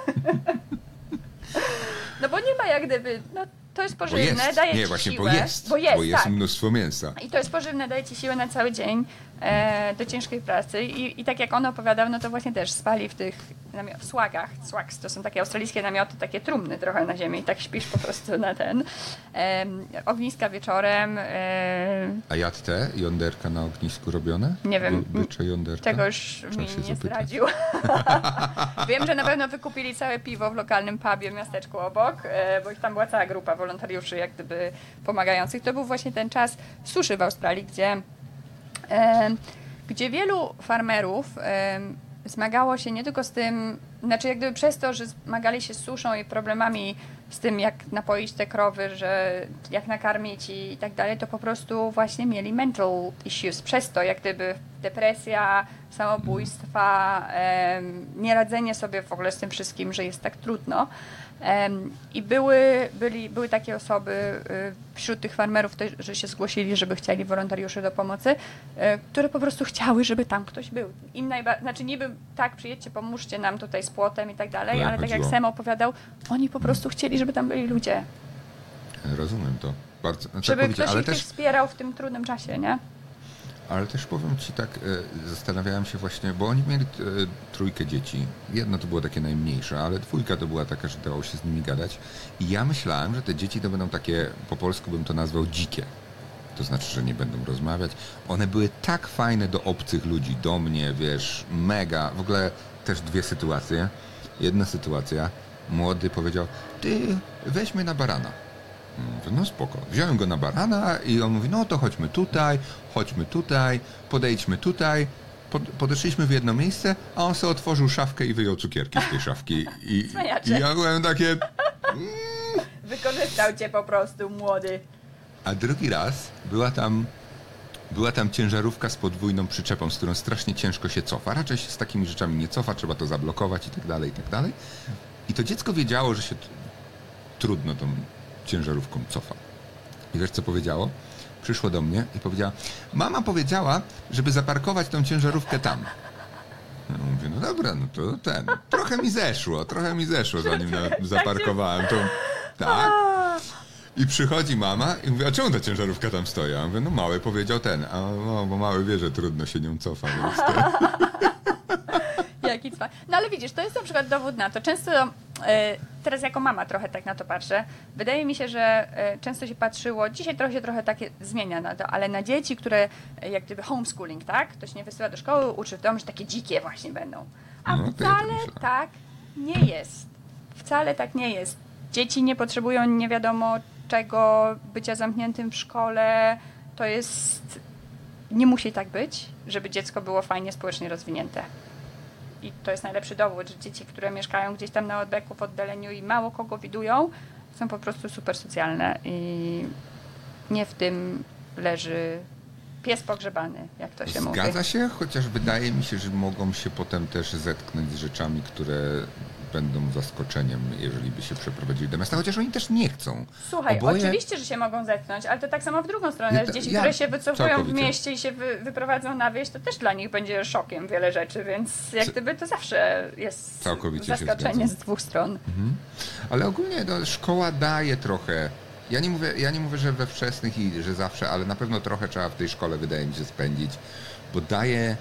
Speaker 2: No bo nie ma jak gdyby, no to jest pożywne, daje ci siłę.
Speaker 1: Bo jest
Speaker 2: tak.
Speaker 1: mnóstwo mięsa.
Speaker 2: I to jest pożywne, daje ci siłę na cały dzień do ciężkiej pracy. I tak jak on opowiadał, no to właśnie też spali w tych w słagach. Swags to są takie australijskie namioty, takie trumny trochę na ziemi i tak śpisz po prostu na ogniska wieczorem.
Speaker 1: A jadte, jąderka na ognisku robione?
Speaker 2: Nie wiem,
Speaker 1: Bycze jąderka?
Speaker 2: tego już mi nie zdradził. Wiem, że na pewno wykupili całe piwo w lokalnym pubie w miasteczku obok, bo ich tam była cała grupa wolontariuszy jak gdyby pomagających. To był właśnie ten czas suszy w Australii, gdzie wielu farmerów zmagało się nie tylko z tym, znaczy jak gdyby przez to, że zmagali się z suszą i problemami z tym, jak napoić te krowy, że jak nakarmić i tak dalej, to po prostu właśnie mieli mental issues. Przez to jak gdyby depresja, samobójstwa, nieradzenie sobie w ogóle z tym wszystkim, że jest tak trudno. I były takie osoby wśród tych farmerów, że się zgłosili, żeby chcieli wolontariuszy do pomocy, które po prostu chciały, żeby tam ktoś był. Znaczy niby tak, przyjedźcie, pomóżcie nam tutaj z płotem i tak dalej, ale tak jak Sam opowiadał, oni po prostu chcieli, żeby tam byli ludzie.
Speaker 1: Rozumiem to. Bardzo,
Speaker 2: żeby ktoś ich też wspierał w tym trudnym czasie, nie?
Speaker 1: Ale też powiem ci tak, zastanawiałem się właśnie, bo oni mieli trójkę dzieci. Jedno to było takie najmniejsze, ale dwójka to była taka, że dało się z nimi gadać. I ja myślałem, że te dzieci to będą takie, po polsku bym to nazwał dzikie. To znaczy, że nie będą rozmawiać. One były tak fajne do obcych ludzi, do mnie, wiesz, mega. W ogóle też dwie sytuacje. Jedna sytuacja, młody powiedział, ty weź mnie na barana. Mówię, no spoko. Wziąłem go na barana i on mówi, no to chodźmy tutaj, podejdźmy tutaj. Podeszliśmy w jedno miejsce, a on sobie otworzył szafkę i wyjął cukierki z tej szafki. I ja byłem takie...
Speaker 2: Wykorzystał cię po prostu, młody.
Speaker 1: A drugi raz była tam ciężarówka z podwójną przyczepą, z którą strasznie ciężko się cofa. Raczej się z takimi rzeczami nie cofa, trzeba to zablokować i tak dalej, i tak dalej. I to dziecko wiedziało, że się trudno tą ciężarówką cofa. I wiesz, co powiedziało? Przyszło do mnie i powiedziała, mama powiedziała, żeby zaparkować tą ciężarówkę tam. Ja mówię, no dobra, no to trochę mi zeszło, zanim zaparkowałem tą, tak. I przychodzi mama i mówi, a czemu ta ciężarówka tam stoi? Ja mówię, no mały powiedział bo mały wie, że trudno się nią cofa, więc
Speaker 2: Jaki cwa. No ale widzisz, to jest na przykład dowód na to. Często, teraz jako mama trochę tak na to patrzę, wydaje mi się, że często się patrzyło, dzisiaj trochę takie zmienia na to, ale na dzieci, które jak gdyby homeschooling, tak? Ktoś nie wysyła do szkoły, uczy w domu, że takie dzikie właśnie będą. A
Speaker 1: no,
Speaker 2: wcale tak nie jest. Wcale tak nie jest. Dzieci nie potrzebują nie wiadomo czego, bycia zamkniętym w szkole. To jest... Nie musi tak być, żeby dziecko było fajnie społecznie rozwinięte. I to jest najlepszy dowód, że dzieci, które mieszkają gdzieś tam na Outbacku w oddaleniu i mało kogo widują, są po prostu super socjalne i nie w tym leży pies pogrzebany, jak to się mówi.
Speaker 1: Zgadza się, chociaż wydaje mi się, że mogą się potem też zetknąć z rzeczami, które będą zaskoczeniem, jeżeli by się przeprowadzili do miasta, chociaż oni też nie chcą.
Speaker 2: Słuchaj, oczywiście, że się mogą zetknąć, ale to tak samo w drugą stronę, że dzieci, które się wycofują w mieście i się wyprowadzą na wieś, to też dla nich będzie szokiem wiele rzeczy, więc jak gdyby to zawsze jest zaskoczenie z dwóch stron.
Speaker 1: Mhm. Ale ogólnie szkoła daje trochę. Ja nie mówię, że we wczesnych i że zawsze, ale na pewno trochę trzeba w tej szkole, wydaje mi się, spędzić, bo daje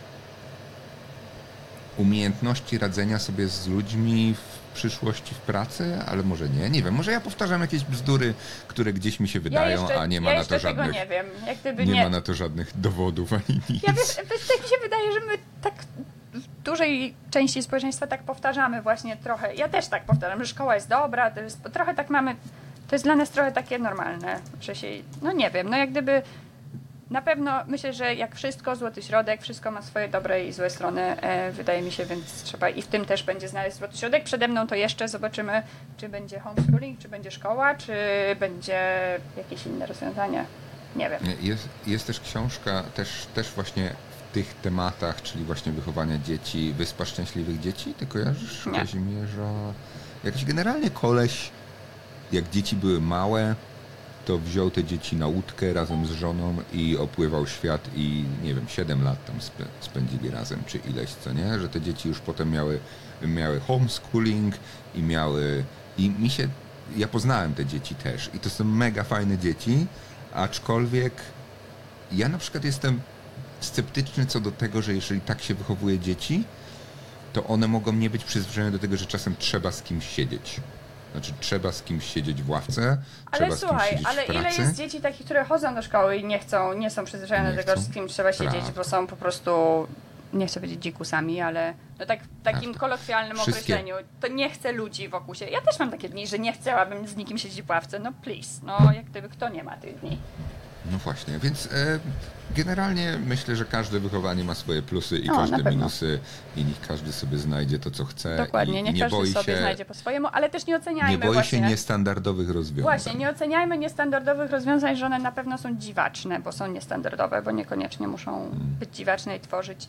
Speaker 1: umiejętności radzenia sobie z ludźmi w przyszłości w pracy, ale może nie wiem, może ja powtarzam jakieś bzdury, które gdzieś mi się wydają, a nie ma na to żadnych,
Speaker 2: nie wiem. Jak gdyby
Speaker 1: nie ma na to żadnych dowodów ani nic.
Speaker 2: Ja wiesz, tak mi się wydaje, że my tak w dużej części społeczeństwa tak powtarzamy właśnie trochę. Ja też tak powtarzam, że szkoła jest dobra, to jest, trochę tak mamy, to jest dla nas trochę takie normalne, że się, no nie wiem, no jak gdyby Na pewno myślę, że jak wszystko, złoty środek, wszystko ma swoje dobre i złe strony, wydaje mi się, więc trzeba i w tym też będzie znaleźć złoty środek. Przede mną to jeszcze zobaczymy, czy będzie homeschooling, czy będzie szkoła, czy będzie jakieś inne rozwiązanie. Nie wiem.
Speaker 1: Jest też książka, też właśnie w tych tematach, czyli właśnie wychowania dzieci, Wyspa Szczęśliwych Dzieci. Ty kojarzysz
Speaker 2: Nie.
Speaker 1: Kazimierza? Jakiś generalnie koleś, jak dzieci były małe, to wziął te dzieci na łódkę razem z żoną i opływał świat i nie wiem, 7 lat tam spędzili razem, czy ileś, co nie? Że te dzieci już potem miały homeschooling i ja poznałem te dzieci też i to są mega fajne dzieci, aczkolwiek ja na przykład jestem sceptyczny co do tego, że jeżeli tak się wychowuje dzieci, to one mogą nie być przyzwyczajone do tego, że czasem trzeba z kimś siedzieć. Znaczy trzeba z kimś siedzieć w ławce, trzeba z kimś siedzieć
Speaker 2: ale
Speaker 1: w pracy.
Speaker 2: ile jest dzieci takich, które chodzą do szkoły i nie są przyzwyczajone do tego, że z kimś trzeba siedzieć, bo są po prostu, nie chcę powiedzieć dzikusami, ale no tak w takim kolokwialnym określeniu, to nie chcę ludzi wokół siebie. Ja też mam takie dni, że nie chciałabym z nikim siedzieć w ławce, no please, no jak gdyby kto nie ma tych dni.
Speaker 1: No właśnie, więc generalnie myślę, że każde wychowanie ma swoje plusy i każde minusy i niech każdy sobie znajdzie to, co chce.
Speaker 2: Dokładnie, niech każdy sobie znajdzie po swojemu, ale też nie oceniajmy
Speaker 1: Nie boi się niestandardowych rozwiązań.
Speaker 2: Właśnie, nie oceniajmy niestandardowych rozwiązań, że one na pewno są dziwaczne, bo są niestandardowe, bo niekoniecznie muszą być dziwaczne i tworzyć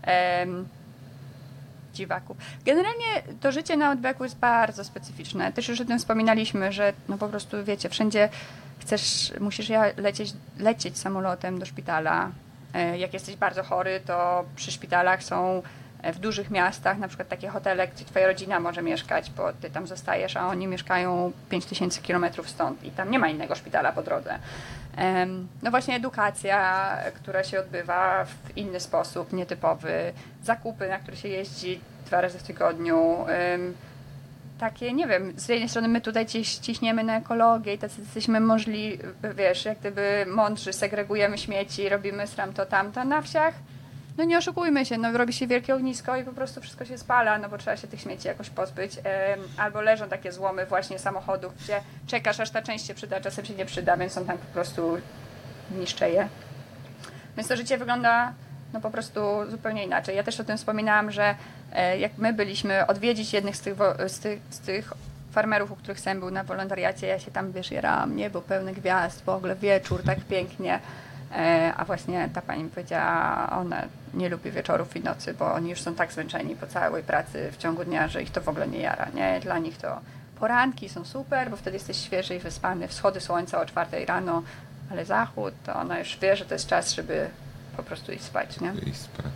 Speaker 2: dziwaków. Generalnie to życie na Outbacku jest bardzo specyficzne. Też już o tym wspominaliśmy, że no po prostu wiecie, wszędzie musisz lecieć samolotem do szpitala. Jak jesteś bardzo chory, to przy szpitalach są w dużych miastach, na przykład takie hotele, gdzie twoja rodzina może mieszkać, bo ty tam zostajesz, a oni mieszkają 5000 kilometrów stąd i tam nie ma innego szpitala po drodze. No właśnie edukacja, która się odbywa w inny sposób, nietypowy, zakupy, na które się jeździ 2 razy w tygodniu, takie, nie wiem, z jednej strony my tutaj ciśniemy na ekologię i tacy jesteśmy wiesz, jak gdyby mądrzy, segregujemy śmieci, robimy sram to tamto na wsiach. No nie oszukujmy się, no robi się wielkie ognisko i po prostu wszystko się spala, no bo trzeba się tych śmieci jakoś pozbyć. Albo leżą takie złomy właśnie samochodów, gdzie czekasz, aż ta część się przyda, czasem się nie przyda, więc on tam po prostu niszczy je. Więc to życie wygląda no po prostu zupełnie inaczej. Ja też o tym wspominałam, że jak my byliśmy odwiedzić jednych z tych farmerów, u których Sam był na wolontariacie, ja się tam, wiesz, jarałam, niebo pełne gwiazd, w ogóle wieczór, tak pięknie. A właśnie ta pani mi powiedziała, ona nie lubi wieczorów i nocy, bo oni już są tak zmęczeni po całej pracy w ciągu dnia, że ich to w ogóle nie jara, nie? Dla nich to poranki są super, bo wtedy jesteś świeży i wyspany, wschody słońca o 4 rano, ale zachód, to ona już wie, że to jest czas, żeby po prostu iść spać, nie?
Speaker 1: Iść spać.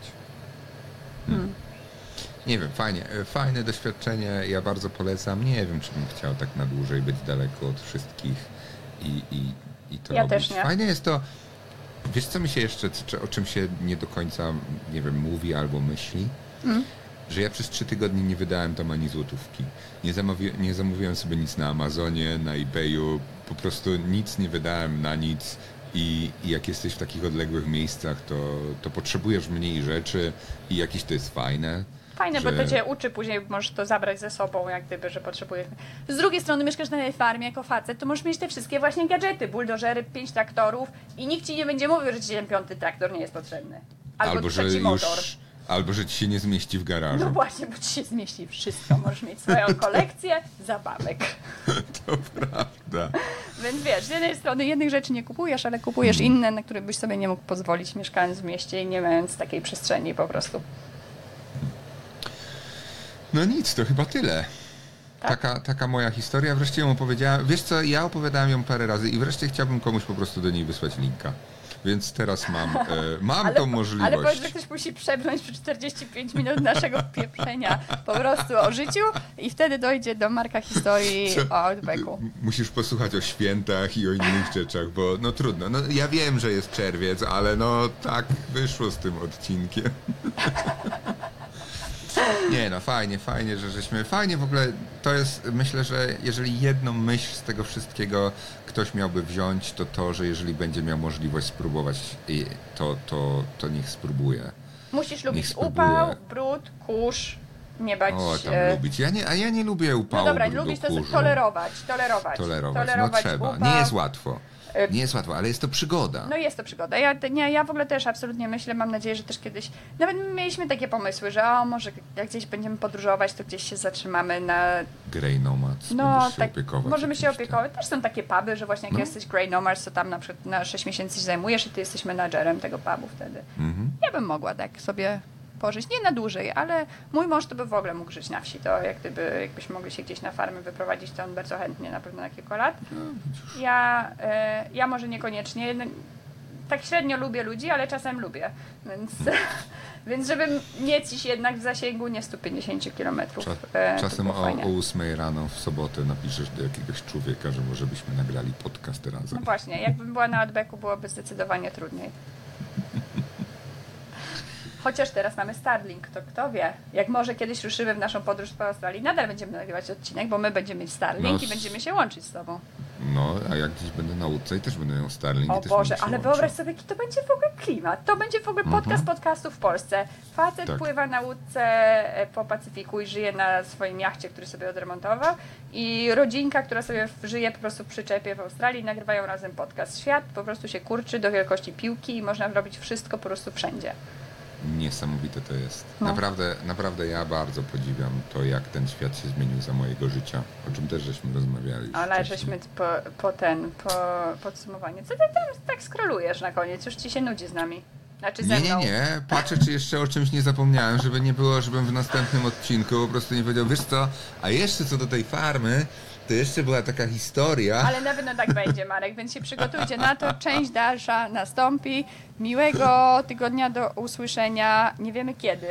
Speaker 1: Nie wiem, fajne doświadczenie, ja bardzo polecam. Nie wiem, czy bym chciał tak na dłużej być daleko od wszystkich i to
Speaker 2: ja
Speaker 1: robić.
Speaker 2: też nie.
Speaker 1: Fajne jest to, wiesz co mi się jeszcze, o czym się nie do końca, nie wiem, mówi albo myśli? Że ja przez 3 tygodnie nie wydałem tam ani złotówki. Nie zamówiłem sobie nic na Amazonie, na eBayu, po prostu nic nie wydałem na nic. I jak jesteś w takich odległych miejscach, to potrzebujesz mniej rzeczy i jakieś to jest fajne.
Speaker 2: Fajne, bo to cię uczy, później możesz to zabrać ze sobą, jak gdyby, że potrzebujesz. Z drugiej strony mieszkasz na tej farmie jako facet, to możesz mieć te wszystkie właśnie gadżety, buldożery, 5 traktorów i nikt ci nie będzie mówił, że ci ten 5. traktor nie jest potrzebny. Albo
Speaker 1: że
Speaker 2: trzeci motor.
Speaker 1: Albo że ci się nie zmieści w garażu.
Speaker 2: No właśnie, bo ci się zmieści wszystko. Możesz mieć swoją kolekcję zabawek.
Speaker 1: To prawda.
Speaker 2: Więc wiesz, z jednej strony jednych rzeczy nie kupujesz, ale kupujesz inne, na które byś sobie nie mógł pozwolić, mieszkając w mieście i nie mając takiej przestrzeni po prostu.
Speaker 1: No nic, to chyba tyle. Tak? Taka moja historia. Wreszcie ją opowiedziałem. Wiesz co, ja opowiadałem ją parę razy i wreszcie chciałbym komuś po prostu do niej wysłać linka. Więc teraz mam tą możliwość.
Speaker 2: Ale powiedz, że ktoś musi przebrnąć przez 45 minut naszego pieprzenia po prostu o życiu i wtedy dojdzie do marka historii o Outbacku.
Speaker 1: Musisz posłuchać o świętach i o innych rzeczach, bo no trudno. No, ja wiem, że jest czerwiec, ale no tak wyszło z tym odcinkiem. Nie no, fajnie, że żeśmy... Fajnie w ogóle, to jest, myślę, że jeżeli jedną myśl z tego wszystkiego ktoś miałby wziąć, to to, że jeżeli będzie miał możliwość spróbować, to niech spróbuje.
Speaker 2: Musisz lubić upał, brud, kurz, nie bać...
Speaker 1: O, tam lubić. Ja nie lubię upału,
Speaker 2: no dobra,
Speaker 1: brudu,
Speaker 2: lubić to
Speaker 1: kurzu.
Speaker 2: tolerować.
Speaker 1: No trzeba,
Speaker 2: upał.
Speaker 1: nie jest łatwo. Nie jest łatwo, ale jest to przygoda.
Speaker 2: No jest to przygoda. Ja w ogóle też absolutnie myślę, mam nadzieję, że też kiedyś, nawet mieliśmy takie pomysły, że może jak gdzieś będziemy podróżować, to gdzieś się zatrzymamy na...
Speaker 1: Grey Nomads,
Speaker 2: No
Speaker 1: będziesz się
Speaker 2: tak,
Speaker 1: opiekować
Speaker 2: możemy się
Speaker 1: jakimś
Speaker 2: opiekować. Też są takie puby, że właśnie jak jesteś Grey Nomads, to tam na przykład na 6 miesięcy się zajmujesz i ty jesteś menadżerem tego pubu wtedy. Ja bym mogła tak sobie pożyć, nie na dłużej, ale mój mąż to by w ogóle mógł żyć na wsi. To jakbyśmy mogli się gdzieś na farmę wyprowadzić, to on bardzo chętnie na pewno na kilka lat. Ja może niekoniecznie. Tak średnio lubię ludzi, ale czasem lubię. Więc żeby mieć ich jednak w zasięgu nie 150 kilometrów.
Speaker 1: Czasem o 8 rano w sobotę napiszesz do jakiegoś człowieka, że może byśmy nagrali podcast razem.
Speaker 2: No właśnie, jakbym była na Outbacku, byłoby zdecydowanie trudniej. Chociaż teraz mamy Starlink, to kto wie. Jak może kiedyś ruszymy w naszą podróż po Australii, nadal będziemy nagrywać odcinek, bo my będziemy mieć Starlink i będziemy się łączyć z tobą.
Speaker 1: No, a jak gdzieś będę na łódce i też będę miał Starlink.
Speaker 2: O Boże, ale wyobraź sobie, jaki to będzie w ogóle klimat. To będzie w ogóle podcast podcastów w Polsce. Facet pływa na łódce po Pacyfiku i żyje na swoim jachcie, który sobie odremontował. I rodzinka, która sobie żyje po prostu w przyczepie w Australii, nagrywają razem podcast. Świat po prostu się kurczy do wielkości piłki i można robić wszystko po prostu wszędzie.
Speaker 1: Niesamowite to jest.
Speaker 2: No.
Speaker 1: Naprawdę ja bardzo podziwiam to, jak ten świat się zmienił za mojego życia, o czym też żeśmy rozmawiali już
Speaker 2: Ale
Speaker 1: wcześniej.
Speaker 2: żeśmy po podsumowanie. Co ty tam tak skrolujesz na koniec? Już ci się nudzi z nami. Znaczy ze mną.
Speaker 1: Nie. Patrzę, czy jeszcze o czymś nie zapomniałem, żeby nie było, żebym w następnym odcinku po prostu nie powiedział, wiesz co, a jeszcze co do tej farmy, to jeszcze była taka historia.
Speaker 2: Ale na pewno tak będzie, Marek, więc się przygotujcie na to. Część dalsza nastąpi. Miłego tygodnia, do usłyszenia. Nie wiemy kiedy.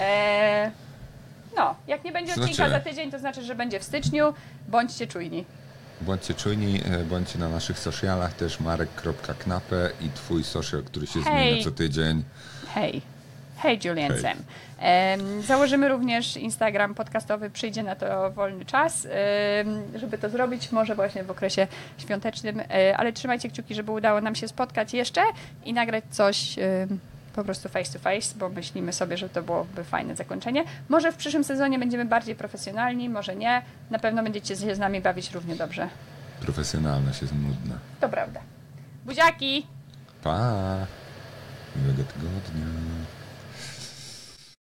Speaker 2: Jak nie będzie odcinka za tydzień, to znaczy, że będzie w styczniu. Bądźcie czujni.
Speaker 1: Bądźcie czujni, bądźcie na naszych socialach też marek.knape i twój social, który się zmienia co tydzień.
Speaker 2: Hej Julian Sam. Założymy również Instagram podcastowy, przyjdzie na to wolny czas, żeby to zrobić, może właśnie w okresie świątecznym, ale trzymajcie kciuki, żeby udało nam się spotkać jeszcze i nagrać coś po prostu face to face, bo myślimy sobie, że to byłoby fajne zakończenie. Może w przyszłym sezonie będziemy bardziej profesjonalni, może nie. Na pewno będziecie się z nami bawić równie dobrze.
Speaker 1: Profesjonalność jest nudna.
Speaker 2: To prawda. Buziaki!
Speaker 1: Pa! Miłego tygodnia.